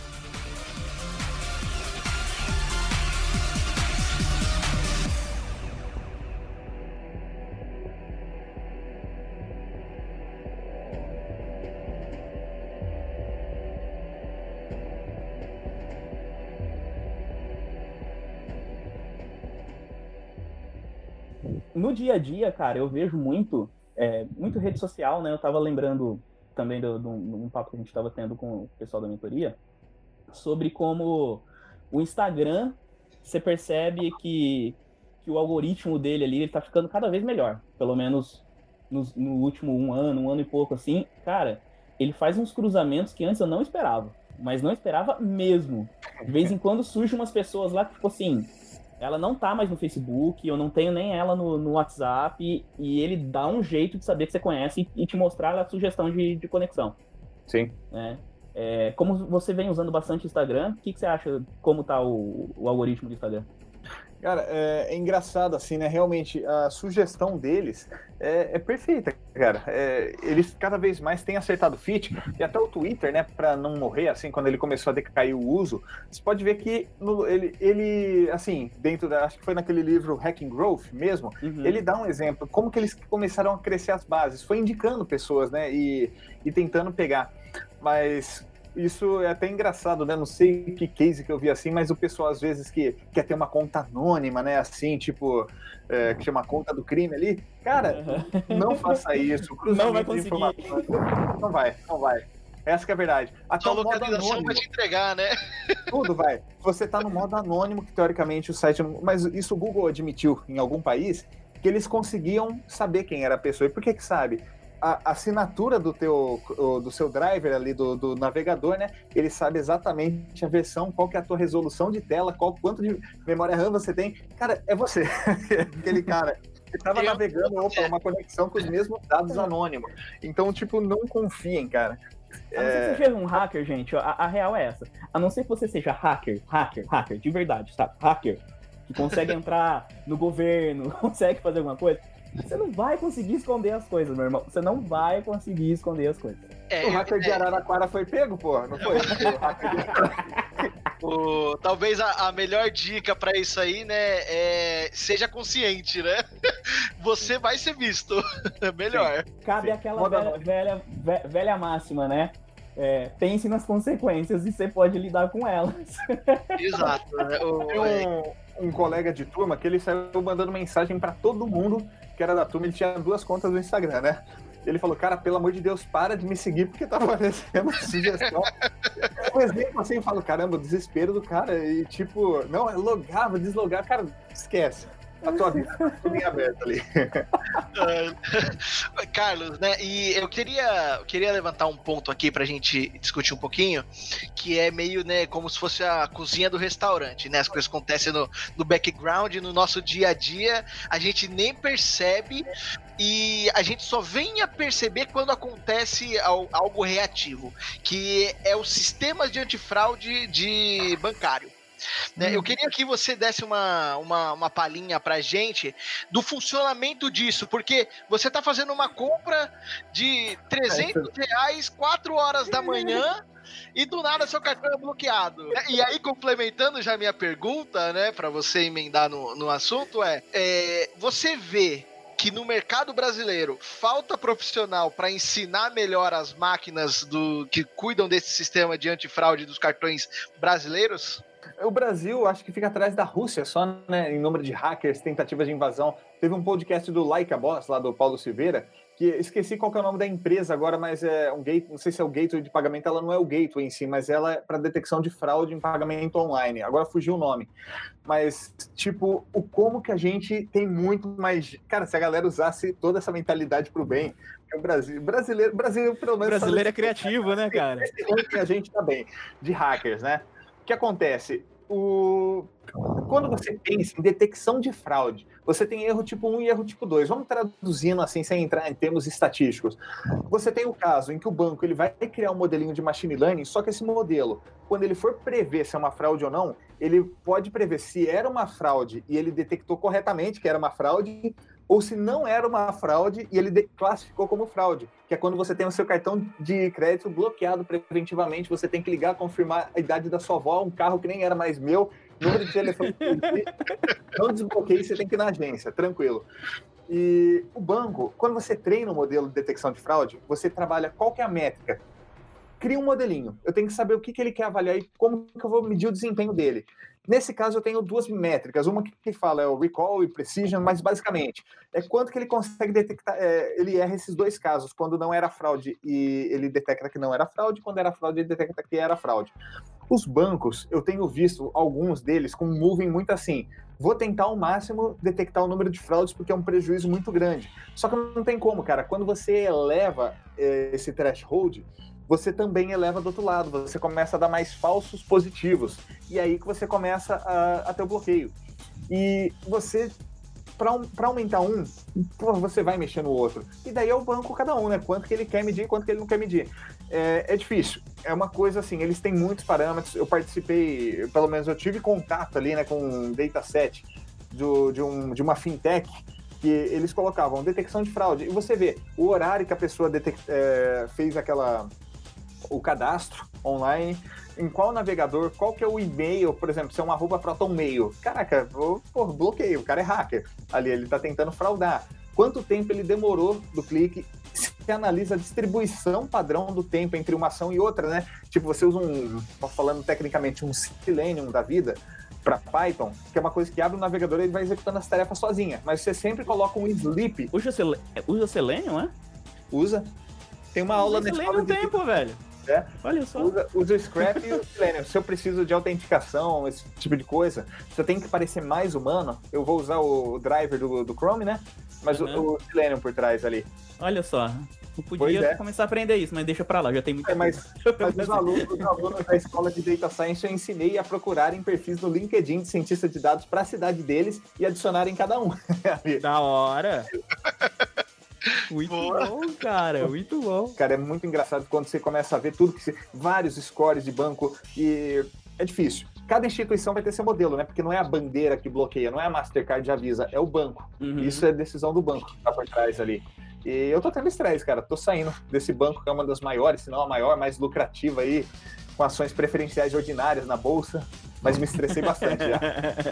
No dia a dia, cara, eu vejo muito rede social, né? Eu tava lembrando também de um papo que a gente tava tendo com o pessoal da mentoria, sobre como o Instagram, você percebe que o algoritmo dele ali, ele tá ficando cada vez melhor. Pelo menos no último um ano e pouco, assim. Cara, ele faz uns cruzamentos que antes eu não esperava. Mas não esperava mesmo. De vez em quando surgem umas pessoas lá que, tipo assim... Ela não tá mais no Facebook, eu não tenho nem ela no WhatsApp, e ele dá um jeito de saber que você conhece e te mostrar a sugestão de conexão. Sim. Como você vem usando bastante o Instagram, o que você acha, como tá o algoritmo do Instagram? Cara, é engraçado, assim, né? Realmente, a sugestão deles é perfeita, cara. Eles cada vez mais têm acertado o fit, e até o Twitter, né, pra não morrer, assim, quando ele começou a decair o uso, você pode ver que ele assim, acho que foi naquele livro Hacking Growth mesmo, ele dá um exemplo, como que eles começaram a crescer as bases, foi indicando pessoas, né, e tentando pegar, mas... Isso é até engraçado, né? Não sei que case que eu vi assim, mas o pessoal às vezes que quer ter uma conta anônima, né? Assim, tipo, que chama conta do crime ali. Cara, não faça isso. Não vai conseguir. Não vai. Essa que é a verdade. Até a localização vai te entregar, né? Tudo vai. Você tá no modo anônimo, que teoricamente o site... Mas isso o Google admitiu em algum país, que eles conseguiam saber quem era a pessoa. E por que sabe? a assinatura do seu driver ali, do navegador, né? Ele sabe exatamente a versão, qual que é a tua resolução de tela, quanto de memória RAM você tem. Cara, é você. Aquele cara que estava navegando, uma conexão com os mesmos dados anônimos. Então, tipo, não confiem, cara. A não ser que você seja um hacker, gente, a real é essa. A não ser que você seja hacker, de verdade, sabe? Hacker, que consegue entrar no governo, consegue fazer alguma coisa. Você não vai conseguir esconder as coisas, meu irmão. Você não vai conseguir esconder as coisas. O hacker de Araraquara foi pego, pô? Não foi? Talvez a melhor dica pra isso aí, né, seja consciente, né? Você vai ser visto. Melhor. Sim. Cabe aquela velha máxima, né? Pense nas consequências e você pode lidar com elas. Exato. Né? Tem um colega de turma que ele saiu mandando mensagem pra todo mundo que era da turma. Ele tinha 2 contas no Instagram, né? Ele falou, cara, pelo amor de Deus, para de me seguir porque tá aparecendo sugestão. Um exemplo assim, eu falo, caramba, o desespero do cara. E tipo, não, logava, deslogava. Cara, esquece. A tua vida tá tudo em aberto ali. Carlos, né? E eu queria levantar um ponto aqui pra gente discutir um pouquinho, que é meio, né, como se fosse a cozinha do restaurante, né? As coisas acontecem no background, no nosso dia a dia, a gente nem percebe e a gente só vem a perceber quando acontece algo reativo, que é os sistemas de antifraude de bancário. Né? Eu queria que você desse uma palhinha pra gente do funcionamento disso, porque você tá fazendo uma compra de R$300 4 horas da manhã e do nada seu cartão é bloqueado. E aí, complementando já minha pergunta, né, pra você emendar no assunto, você vê que no mercado brasileiro falta profissional para ensinar melhor as máquinas que cuidam desse sistema de antifraude dos cartões brasileiros? O Brasil, acho que fica atrás da Rússia só, né, em número de hackers, tentativas de invasão. Teve um podcast do Like a Boss, lá do Paulo Silveira, que esqueci qual que é o nome da empresa agora, mas é um gateway, não sei se é o gateway de pagamento, ela não é o gateway em si, mas ela é para detecção de fraude em pagamento online. Agora fugiu o nome. Mas, tipo, como que a gente tem muito mais... Cara, se a galera usasse toda essa mentalidade pro bem, o brasileiro pelo menos... O brasileiro é criativo, né, cara? A gente tá bem, de hackers, né? O que acontece? Quando você pensa em detecção de fraude, você tem erro tipo 1 e erro tipo 2. Vamos traduzindo assim, sem entrar em termos estatísticos. Você tem o caso em que o banco ele vai criar um modelinho de machine learning, só que esse modelo, quando ele for prever se é uma fraude ou não, ele pode prever se era uma fraude e ele detectou corretamente que era uma fraude, ou se não era uma fraude e ele classificou como fraude, que é quando você tem o seu cartão de crédito bloqueado preventivamente, você tem que ligar, confirmar a idade da sua avó, um carro que nem era mais meu, número de telefone, não desbloqueie, você tem que ir na agência, tranquilo. E o banco, quando você treina o modelo de detecção de fraude, você trabalha qual que é a métrica. Cria um modelinho, eu tenho que saber o que ele quer avaliar e como que eu vou medir o desempenho dele. Nesse caso, eu tenho 2 métricas. Uma que fala é o recall e precision, mas basicamente é quanto que ele consegue detectar. Ele erra esses 2 casos. Quando não era fraude, e ele detecta que não era fraude. Quando era fraude, ele detecta que era fraude. Os bancos, eu tenho visto alguns deles com um moving muito assim. Vou tentar ao máximo detectar o número de fraudes porque é um prejuízo muito grande. Só que não tem como, cara. Quando você eleva esse threshold, você também eleva do outro lado, você começa a dar mais falsos positivos, e aí que você começa a ter o bloqueio. E você, para aumentar um, você vai mexer no outro. E daí é o banco cada um, né? Quanto que ele quer medir e quanto que ele não quer medir. É difícil, é uma coisa assim, eles têm muitos parâmetros, eu participei, pelo menos eu tive contato ali, né, com um dataset de uma fintech, que eles colocavam detecção de fraude, e você vê o horário que a pessoa fez o cadastro online, em qual navegador, qual que é o e-mail, por exemplo, se é um @protonmail. Caraca, bloqueio, o cara é hacker. Ali, ele tá tentando fraudar. Quanto tempo ele demorou do clique? Se analisa a distribuição padrão do tempo entre uma ação e outra, né? Tipo, você usa falando tecnicamente, um Selenium da vida para Python, que é uma coisa que abre o navegador e ele vai executando as tarefas sozinha. Mas você sempre coloca um sleep. Usa Selenium, é? Usa. Tem uma aula nesse tempo, velho. Olha só. Usa o Scrap e o Selenium. Se eu preciso de autenticação, esse tipo de coisa, se eu tenho que parecer mais humano, eu vou usar o driver do Chrome, né? Mas o Selenium por trás ali. Olha só. Tu podia começar a aprender isso, mas deixa pra lá, já tem muita mas os alunos da escola de Data Science eu ensinei a procurarem perfis no LinkedIn de cientista de dados para a cidade deles e adicionarem cada um. Da hora! Muito bom, cara, muito bom. Cara, é muito engraçado quando você começa a ver vários scores de banco e é difícil. Cada instituição vai ter seu modelo, né? Porque não é a bandeira que bloqueia, não é a Mastercard que avisa, é o banco. Isso é decisão do banco que tá por trás ali. E eu tô tendo estresse, cara. Tô saindo desse banco que é uma das maiores, se não a maior, mais lucrativa aí, com ações preferenciais ordinárias na bolsa. Mas me estressei bastante já.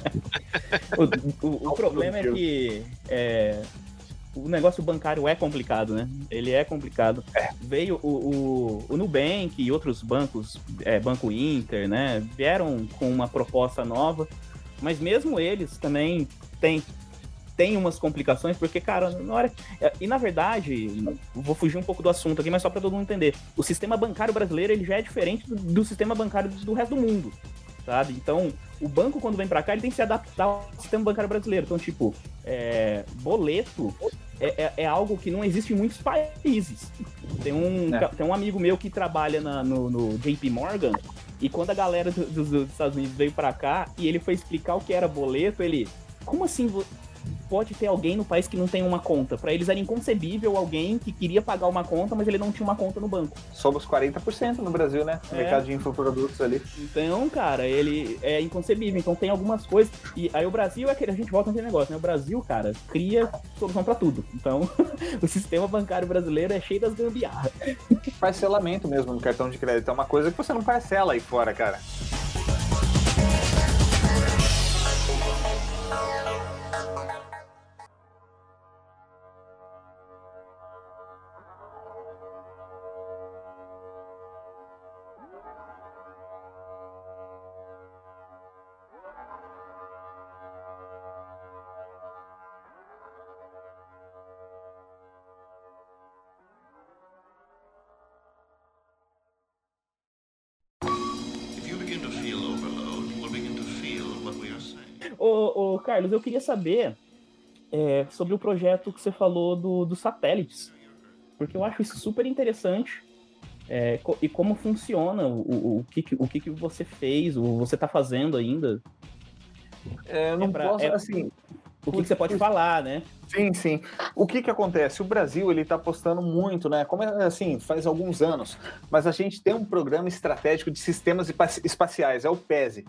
O problema é que o negócio bancário é complicado, né? Ele é complicado. Veio o Nubank e outros bancos, Banco Inter, né? Vieram com uma proposta nova, mas mesmo eles também têm umas complicações, porque, cara, na hora... E, na verdade, vou fugir um pouco do assunto aqui, mas só para todo mundo entender. O sistema bancário brasileiro, ele já é diferente do sistema bancário do resto do mundo, sabe? Então, o banco, quando vem para cá, ele tem que se adaptar ao sistema bancário brasileiro. Então, tipo, boleto é algo que não existe em muitos países. Tem um amigo meu que trabalha no JP Morgan, e quando a galera dos Estados Unidos veio para cá, e ele foi explicar o que era boleto, ele... Como assim pode ter alguém no país que não tem uma conta? Para eles era inconcebível alguém que queria pagar uma conta, mas ele não tinha uma conta no banco. Somos 40% no Brasil, né? No mercado de infoprodutos ali. Então, cara, ele é inconcebível. Então tem algumas coisas. E aí o Brasil a gente volta naquele negócio, né? O Brasil, cara, cria solução para tudo. Então, o sistema bancário brasileiro é cheio das gambiarras. Parcelamento mesmo no cartão de crédito é uma coisa que você não parcela aí fora, cara. Ô, Carlos, eu queria saber sobre o projeto que você falou dos satélites, porque eu acho isso super interessante, e como funciona, o que você fez, você está fazendo ainda. Não posso, assim... O que você pode falar, né? Sim. O que acontece? O Brasil, ele tá apostando muito, né? Como assim, faz alguns anos, mas a gente tem um programa estratégico de sistemas espaciais, é o PESE.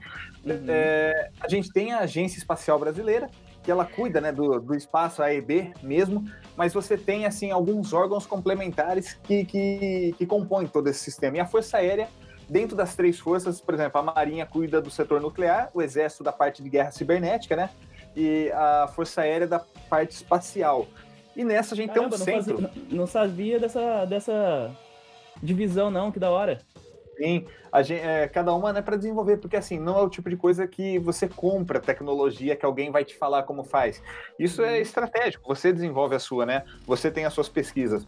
A gente tem a Agência Espacial Brasileira, que ela cuida, né, do espaço AEB mesmo, mas você tem, assim, alguns órgãos complementares que compõem todo esse sistema. E a Força Aérea, dentro das três forças, por exemplo, a Marinha cuida do setor nuclear, o Exército da parte de guerra cibernética, né? E a Força Aérea da parte espacial. E nessa a gente tem um centro. Não sabia dessa divisão, não, que da hora. Sim, cada uma, né, para desenvolver, porque assim, não é o tipo de coisa que você compra tecnologia que alguém vai te falar como faz. Isso é estratégico, você desenvolve a sua, né? Você tem as suas pesquisas.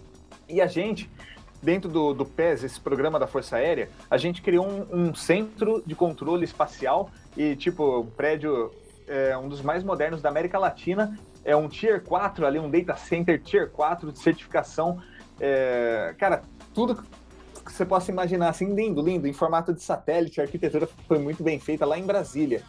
E a gente, dentro do PES, esse programa da Força Aérea, a gente criou um centro de controle espacial e, tipo, um prédio... um dos mais modernos da América Latina, é um Tier 4 ali, um Data Center Tier 4 de certificação, cara, tudo que você possa imaginar, assim, lindo, em formato de satélite, a arquitetura foi muito bem feita lá em Brasília.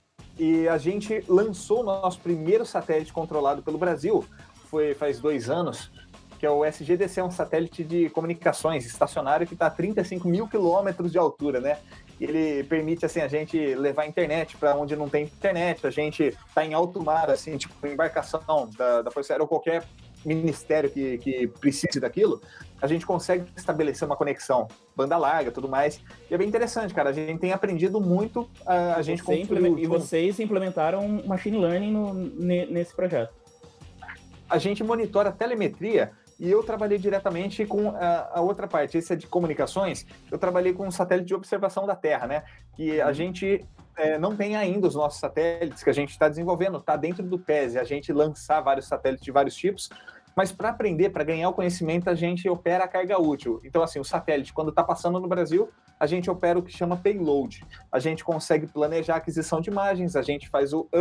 E a gente lançou o nosso primeiro satélite controlado pelo Brasil, faz 2 anos, que é o SGDC, um satélite de comunicações estacionário que está a 35 mil quilômetros de altura, né? Ele permite, assim, a gente levar a internet para onde não tem internet, a gente tá em alto mar, assim, tipo, embarcação da Força Aérea ou qualquer ministério que precise daquilo, a gente consegue estabelecer uma conexão, banda larga, tudo mais, e é bem interessante, cara, a gente tem aprendido muito, a gente construiu... E vocês implementaram Machine Learning nesse projeto? A gente monitora a telemetria. E eu trabalhei diretamente com a outra parte, esse é de comunicações, eu trabalhei com um satélite de observação da Terra, né? Que a gente não tem ainda os nossos satélites que a gente está desenvolvendo, está dentro do PESE, a gente lançar vários satélites de vários tipos, mas para aprender, para ganhar o conhecimento, a gente opera a carga útil. Então, assim, o satélite, quando está passando no Brasil, a gente opera o que chama payload. A gente consegue planejar a aquisição de imagens, a gente faz o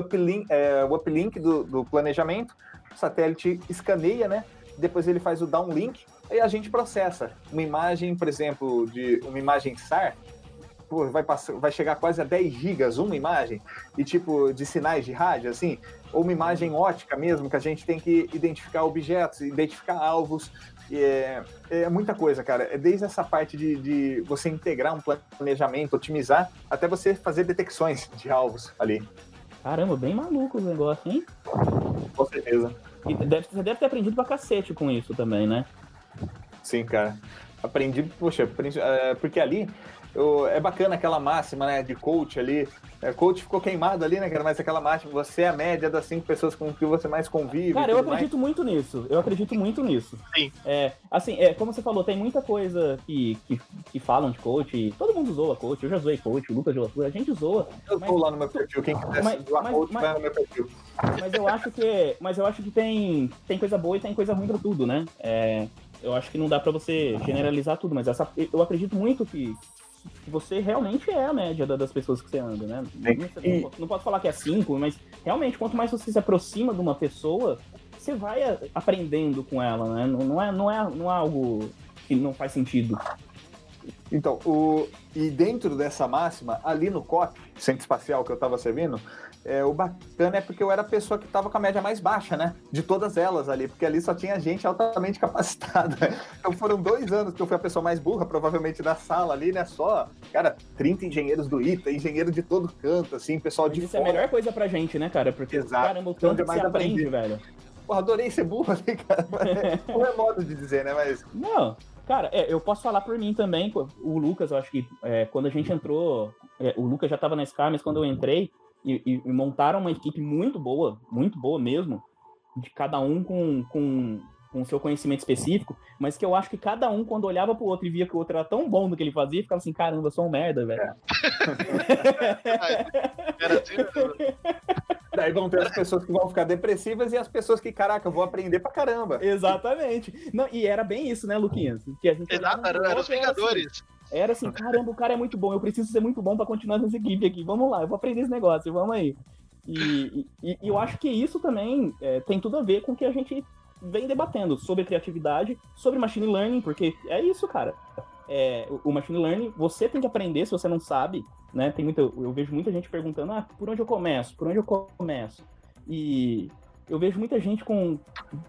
uplink do planejamento, o satélite escaneia, né? Depois ele faz o downlink, Aí a gente processa uma imagem, por exemplo, de uma imagem SAR, pô, vai chegar quase a 10 gigas uma imagem, e tipo, de sinais de rádio, assim, ou uma imagem ótica mesmo, que a gente tem que identificar objetos, identificar alvos, é muita coisa, cara. É desde essa parte de você integrar um planejamento, otimizar, até você fazer detecções de alvos ali. Caramba, bem maluco o negócio, hein? Com certeza. E você deve ter aprendido pra cacete com isso também, né? Sim, cara. Aprendi, porque ali é bacana aquela máxima, né, de coach ali. Coach ficou queimado ali, né, cara? Mas aquela máxima, você é a média das 5 pessoas com que você mais convive. Cara, eu acredito muito nisso. Sim. Assim, como você falou, tem muita coisa que falam de coach. E todo mundo zoa coach. Eu já zoei coach, o Lucas já zoou, a gente zoa. Eu tô lá no meu perfil, quem quiser zoar coach vai no meu perfil. Mas eu acho que tem coisa boa e tem coisa ruim pra tudo, né? Eu acho que não dá pra você generalizar tudo, mas eu acredito muito que você realmente é a média das pessoas que você anda, né? Não posso falar que é 5, mas realmente, quanto mais você se aproxima de uma pessoa, você vai aprendendo com ela, né? Não é algo que não faz sentido. Então, e dentro dessa máxima, ali no COP, Centro Espacial que eu tava servindo, o bacana é porque eu era a pessoa que tava com a média mais baixa, né? De todas elas ali, porque ali só tinha gente altamente capacitada. Então foram 2 anos que eu fui a pessoa mais burra, provavelmente, da sala ali, né? Só, cara, 30 engenheiros do ITA, engenheiro de todo canto, assim, pessoal de Isso fora. é a melhor coisa pra gente, né, cara? Porque, Exato. caramba, o tanto que você aprende, velho. Porra, adorei ser burro ali, cara. Não é modo de dizer, né? Mas... Não, cara, eu posso falar por mim também. O Lucas, eu acho que quando a gente entrou, o Lucas já tava na SCAR, mas quando eu entrei, e montaram uma equipe muito boa mesmo, de cada um com o seu conhecimento específico, mas que eu acho que cada um, quando olhava pro outro e via que o outro era tão bom no que ele fazia, ficava assim, caramba, eu sou um merda, velho. Daí vão ter as pessoas que vão ficar depressivas e as pessoas que, caraca, eu vou aprender pra caramba. Exatamente. Não, e era bem isso, né, Luquinhas? Que a gente era os Vingadores. Era assim, caramba, o cara é muito bom, eu preciso ser muito bom pra continuar nessa equipe aqui. Vamos lá, eu vou aprender esse negócio, vamos aí. E eu acho que isso também tem tudo a ver com o que a gente vem debatendo sobre criatividade, sobre machine learning, porque é isso, cara. O machine learning, você tem que aprender se você não sabe, né? Eu vejo muita gente perguntando, por onde eu começo? E eu vejo muita gente com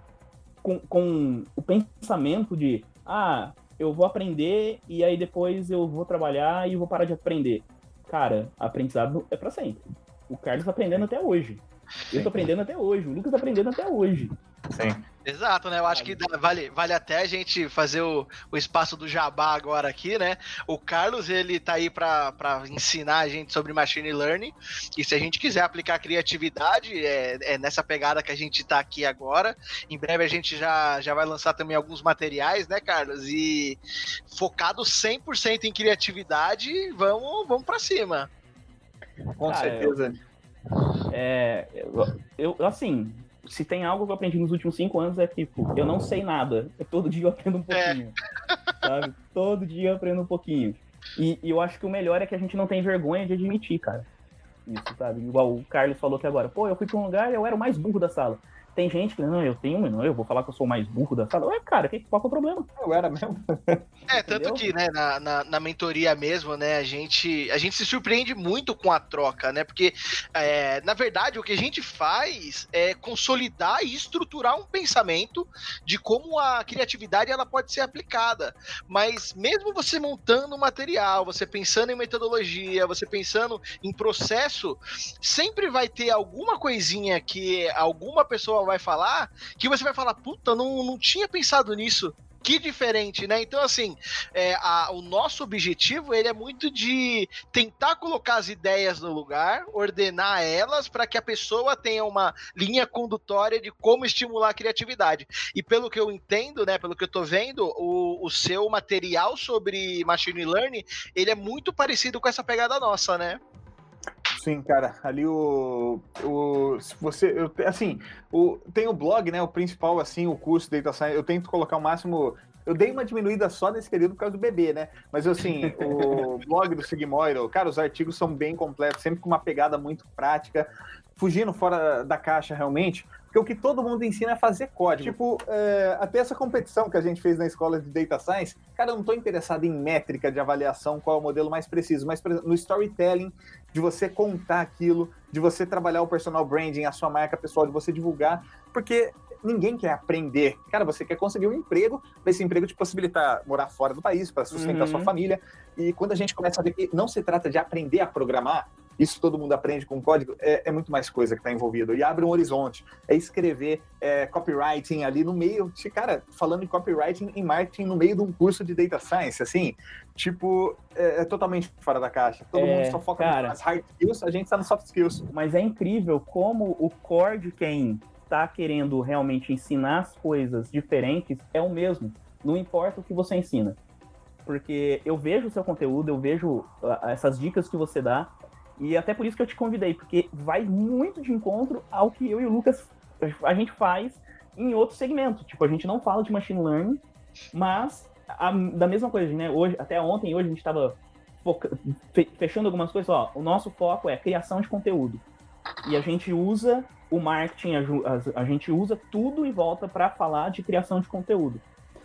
o pensamento de, eu vou aprender e aí depois eu vou trabalhar e vou parar de aprender. Cara, aprendizado é pra sempre. O Carlos tá aprendendo até hoje. Eu tô aprendendo até hoje. O Lucas tá aprendendo até hoje. Sim. Exato, né? Eu acho que vale até a gente fazer o espaço do jabá agora aqui, né? O Carlos, ele tá aí pra ensinar a gente sobre machine learning, e se a gente quiser aplicar criatividade, é nessa pegada que a gente tá aqui agora. Em breve a gente já vai lançar também alguns materiais, né, Carlos? E focado 100% em criatividade, vamos pra cima. Com certeza. Assim, se tem algo que eu aprendi nos últimos 5 anos é que, eu não sei nada. Todo dia eu aprendo um pouquinho. Sabe? Todo dia eu aprendo um pouquinho. E eu acho que o melhor é que a gente não tem vergonha de admitir, cara. Isso, sabe? Igual o Carlos falou aqui agora. Eu fui pra um lugar e eu era o mais burro da sala. Tem gente que, eu vou falar que eu sou o mais burro da sala. Cara, qual que é o problema? Eu era mesmo. Tanto que, né, na mentoria mesmo, né, a gente se surpreende muito com a troca, né, porque, na verdade, o que a gente faz é consolidar e estruturar um pensamento de como a criatividade ela pode ser aplicada, mas mesmo você montando um material, você pensando em metodologia, você pensando em processo, sempre vai ter alguma coisinha que alguma pessoa vai falar, que você vai falar, puta, não tinha pensado nisso. Que diferente, né? Então, assim, o nosso objetivo, ele é muito de tentar colocar as ideias no lugar, ordenar elas para que a pessoa tenha uma linha condutória de como estimular a criatividade. E pelo que eu entendo, né, pelo que eu tô vendo, o seu material sobre machine learning, ele é muito parecido com essa pegada nossa, né? Sim, cara, ali tem o blog, né, o principal, assim, o curso Data Science, eu tento colocar o máximo, eu dei uma diminuída só nesse período por causa do bebê, né, mas assim, o blog do Sigmoidal, cara, os artigos são bem completos, sempre com uma pegada muito prática, fugindo fora da caixa realmente, Porque o que todo mundo ensina é fazer código. Tipo, até essa competição que a gente fez na escola de Data Science, cara, eu não tô interessado em métrica de avaliação, qual é o modelo mais preciso, mas no storytelling, de você contar aquilo, de você trabalhar o personal branding, a sua marca pessoal, de você divulgar, porque ninguém quer aprender. Cara, você quer conseguir um emprego, pra esse emprego te possibilitar morar fora do país, para sustentar sua família. E quando a gente começa a ver que não se trata de aprender a programar, isso todo mundo aprende com código, é muito mais coisa que está envolvido. E abre um horizonte. É escrever copywriting ali no meio. Cara, falando em copywriting em marketing no meio de um curso de data science, assim, tipo, é totalmente fora da caixa. Todo mundo só foca nas hard skills, a gente está no soft skills. Mas é incrível como o core de quem está querendo realmente ensinar as coisas diferentes é o mesmo. Não importa o que você ensina. Porque eu vejo o seu conteúdo, eu vejo essas dicas que você dá, e até por isso que eu te convidei, porque vai muito de encontro ao que eu e o Lucas, a gente faz em outro segmento. Tipo, a gente não fala de machine learning, mas da mesma coisa, né? Hoje, até ontem, hoje a gente estava fechando algumas coisas. Ó, o nosso foco é criação de conteúdo. E a gente usa o marketing, a gente usa tudo em volta para falar de criação de conteúdo.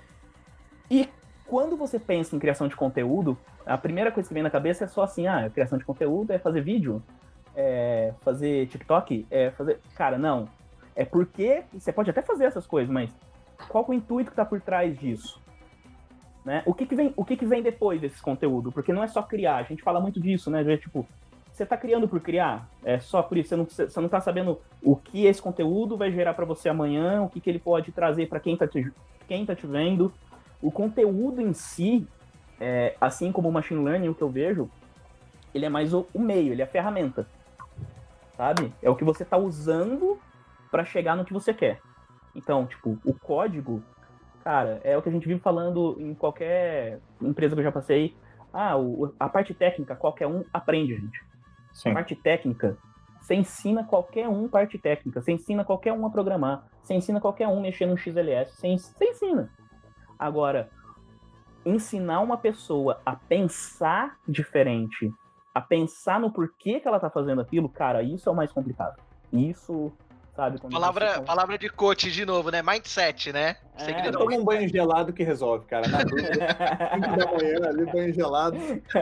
E quando você pensa em criação de conteúdo, a primeira coisa que vem na cabeça é só assim, criação de conteúdo é fazer vídeo, é fazer TikTok, é fazer... Cara, não. É porque você pode até fazer essas coisas, mas qual é o intuito que está por trás disso? Né? O que vem depois desse conteúdo? Porque não é só criar, a gente fala muito disso, né? Tipo, você está criando por criar? É só por isso, você não está sabendo o que esse conteúdo vai gerar para você amanhã, o que ele pode trazer para quem tá te vendo. O conteúdo em si, assim como o machine learning, o que eu vejo, ele é mais o meio, ele é a ferramenta, sabe? É o que você está usando para chegar no que você quer. Então, tipo, o código, cara, é o que a gente vive falando em qualquer empresa que eu já passei. A parte técnica, qualquer um aprende, gente. Sim. A parte técnica, você ensina qualquer um parte técnica, você ensina qualquer um a programar, você ensina qualquer um a mexer no XLS, você ensina. Agora, ensinar uma pessoa a pensar diferente, a pensar no porquê que ela tá fazendo aquilo, cara, isso é o mais complicado. Isso, sabe? Palavra de coach de novo, né? Mindset, né? Toma um banho gelado que resolve, cara. Na dúvida, 5 da manhã ali, banho gelado.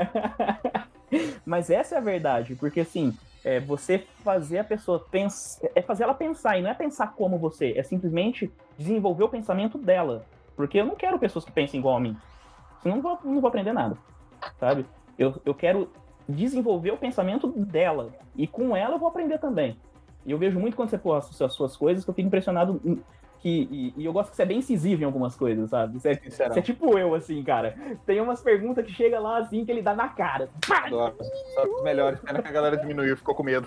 Mas essa é a verdade, porque assim, você fazer a pessoa pensar, fazer ela pensar, e não é pensar como você, é simplesmente desenvolver o pensamento dela. Porque eu não quero pessoas que pensem igual a mim. Senão não vou aprender nada, sabe? Eu quero desenvolver o pensamento dela. E com ela eu vou aprender também. E eu vejo muito quando você posta as suas coisas que eu fico impressionado e eu gosto que você é bem incisivo em algumas coisas, sabe? Você é tipo eu, assim, cara. Tem umas perguntas que chega lá, assim, que ele dá na cara. Adoro. Só os melhores. Pena que a galera diminuiu, ficou com medo.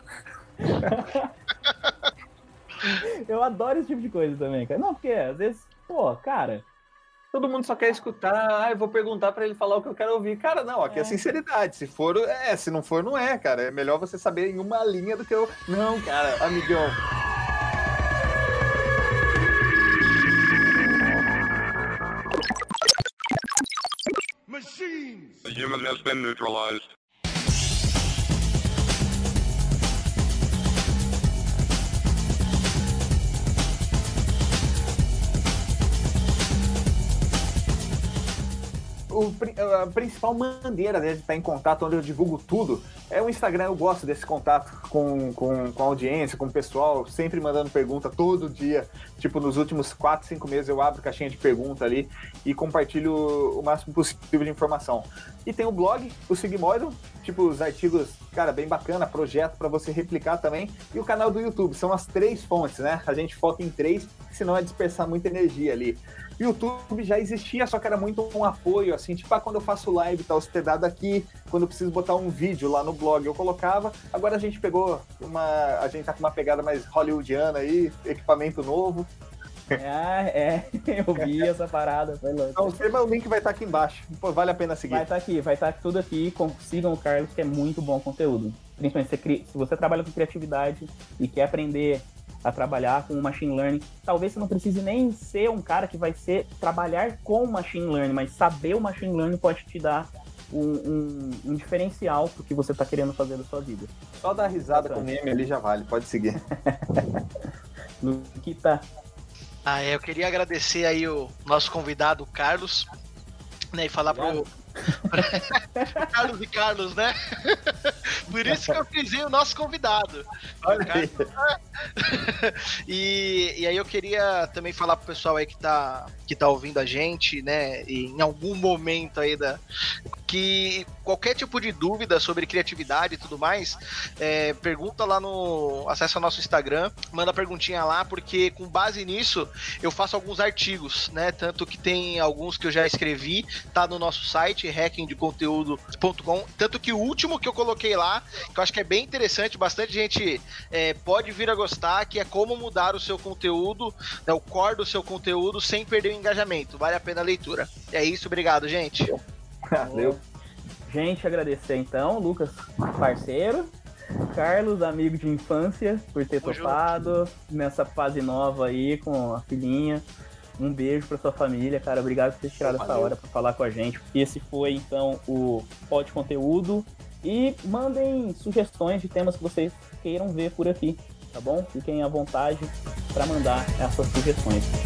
Eu adoro esse tipo de coisa também, cara. Não, porque às vezes, cara... Todo mundo só quer escutar, eu vou perguntar pra ele falar o que eu quero ouvir. Cara, não, aqui é sinceridade. Se for, se não for, não é, cara. É melhor você saber em uma linha do que eu... Não, cara, amigão. Machines! The human has been neutralized. A principal maneira de estar em contato, onde eu divulgo tudo, é o Instagram. Eu gosto desse contato com a audiência, com o pessoal, sempre mandando pergunta todo dia. Tipo, nos últimos 4, 5 meses eu abro caixinha de pergunta ali e compartilho o máximo possível de informação. E tem o blog, o Sigmoidal, tipo, os artigos, cara, bem bacana, projeto para você replicar também. E o canal do YouTube, são as 3 fontes, né? A gente foca em 3, senão é dispersar muita energia ali. O YouTube já existia, só que era muito um apoio, assim, tipo, quando eu faço live, tá hospedado aqui, quando eu preciso botar um vídeo lá no blog, eu colocava. Agora a gente pegou a gente tá com uma pegada mais hollywoodiana aí, equipamento novo. Eu vi essa parada, foi louco. Então, o link vai estar aqui embaixo, pô, vale a pena seguir. Vai estar tudo aqui, sigam o Carlos, que é muito bom conteúdo. Principalmente se você trabalha com criatividade e quer aprender a trabalhar com machine learning, talvez você não precise nem ser um cara que vai trabalhar com machine learning, mas saber o machine learning pode te dar um diferencial pro que você tá querendo fazer da sua vida. Só dar risada com o meme ali já vale, pode seguir. Luquita. Eu queria agradecer aí o nosso convidado, o Carlos, né, e falar pro Carlos e Carlos, né? Por isso que eu frisei o nosso convidado. Olha aí. E aí eu queria também falar pro pessoal aí que tá ouvindo a gente, né? E em algum momento aí que qualquer tipo de dúvida sobre criatividade e tudo mais, pergunta lá acessa o nosso Instagram, manda perguntinha lá, porque com base nisso eu faço alguns artigos, né? Tanto que tem alguns que eu já escrevi, tá no nosso site, hackingdeconteúdo.com, tanto que o último que eu coloquei lá, que eu acho que é bem interessante, bastante gente pode vir a gostar, que é como mudar o seu conteúdo, né, o core do seu conteúdo sem perder o engajamento. Vale a pena a leitura. É isso, obrigado, gente. Valeu. Gente, agradecer então, Lucas, parceiro. Carlos, amigo de infância, por ter topado nessa fase nova aí com a filhinha. Um beijo pra sua família, cara. Obrigado por ter tirado essa hora pra falar com a gente. Esse foi, então, o Pod Conteúdo. E mandem sugestões de temas que vocês queiram ver por aqui, tá bom? Fiquem à vontade pra mandar essas sugestões.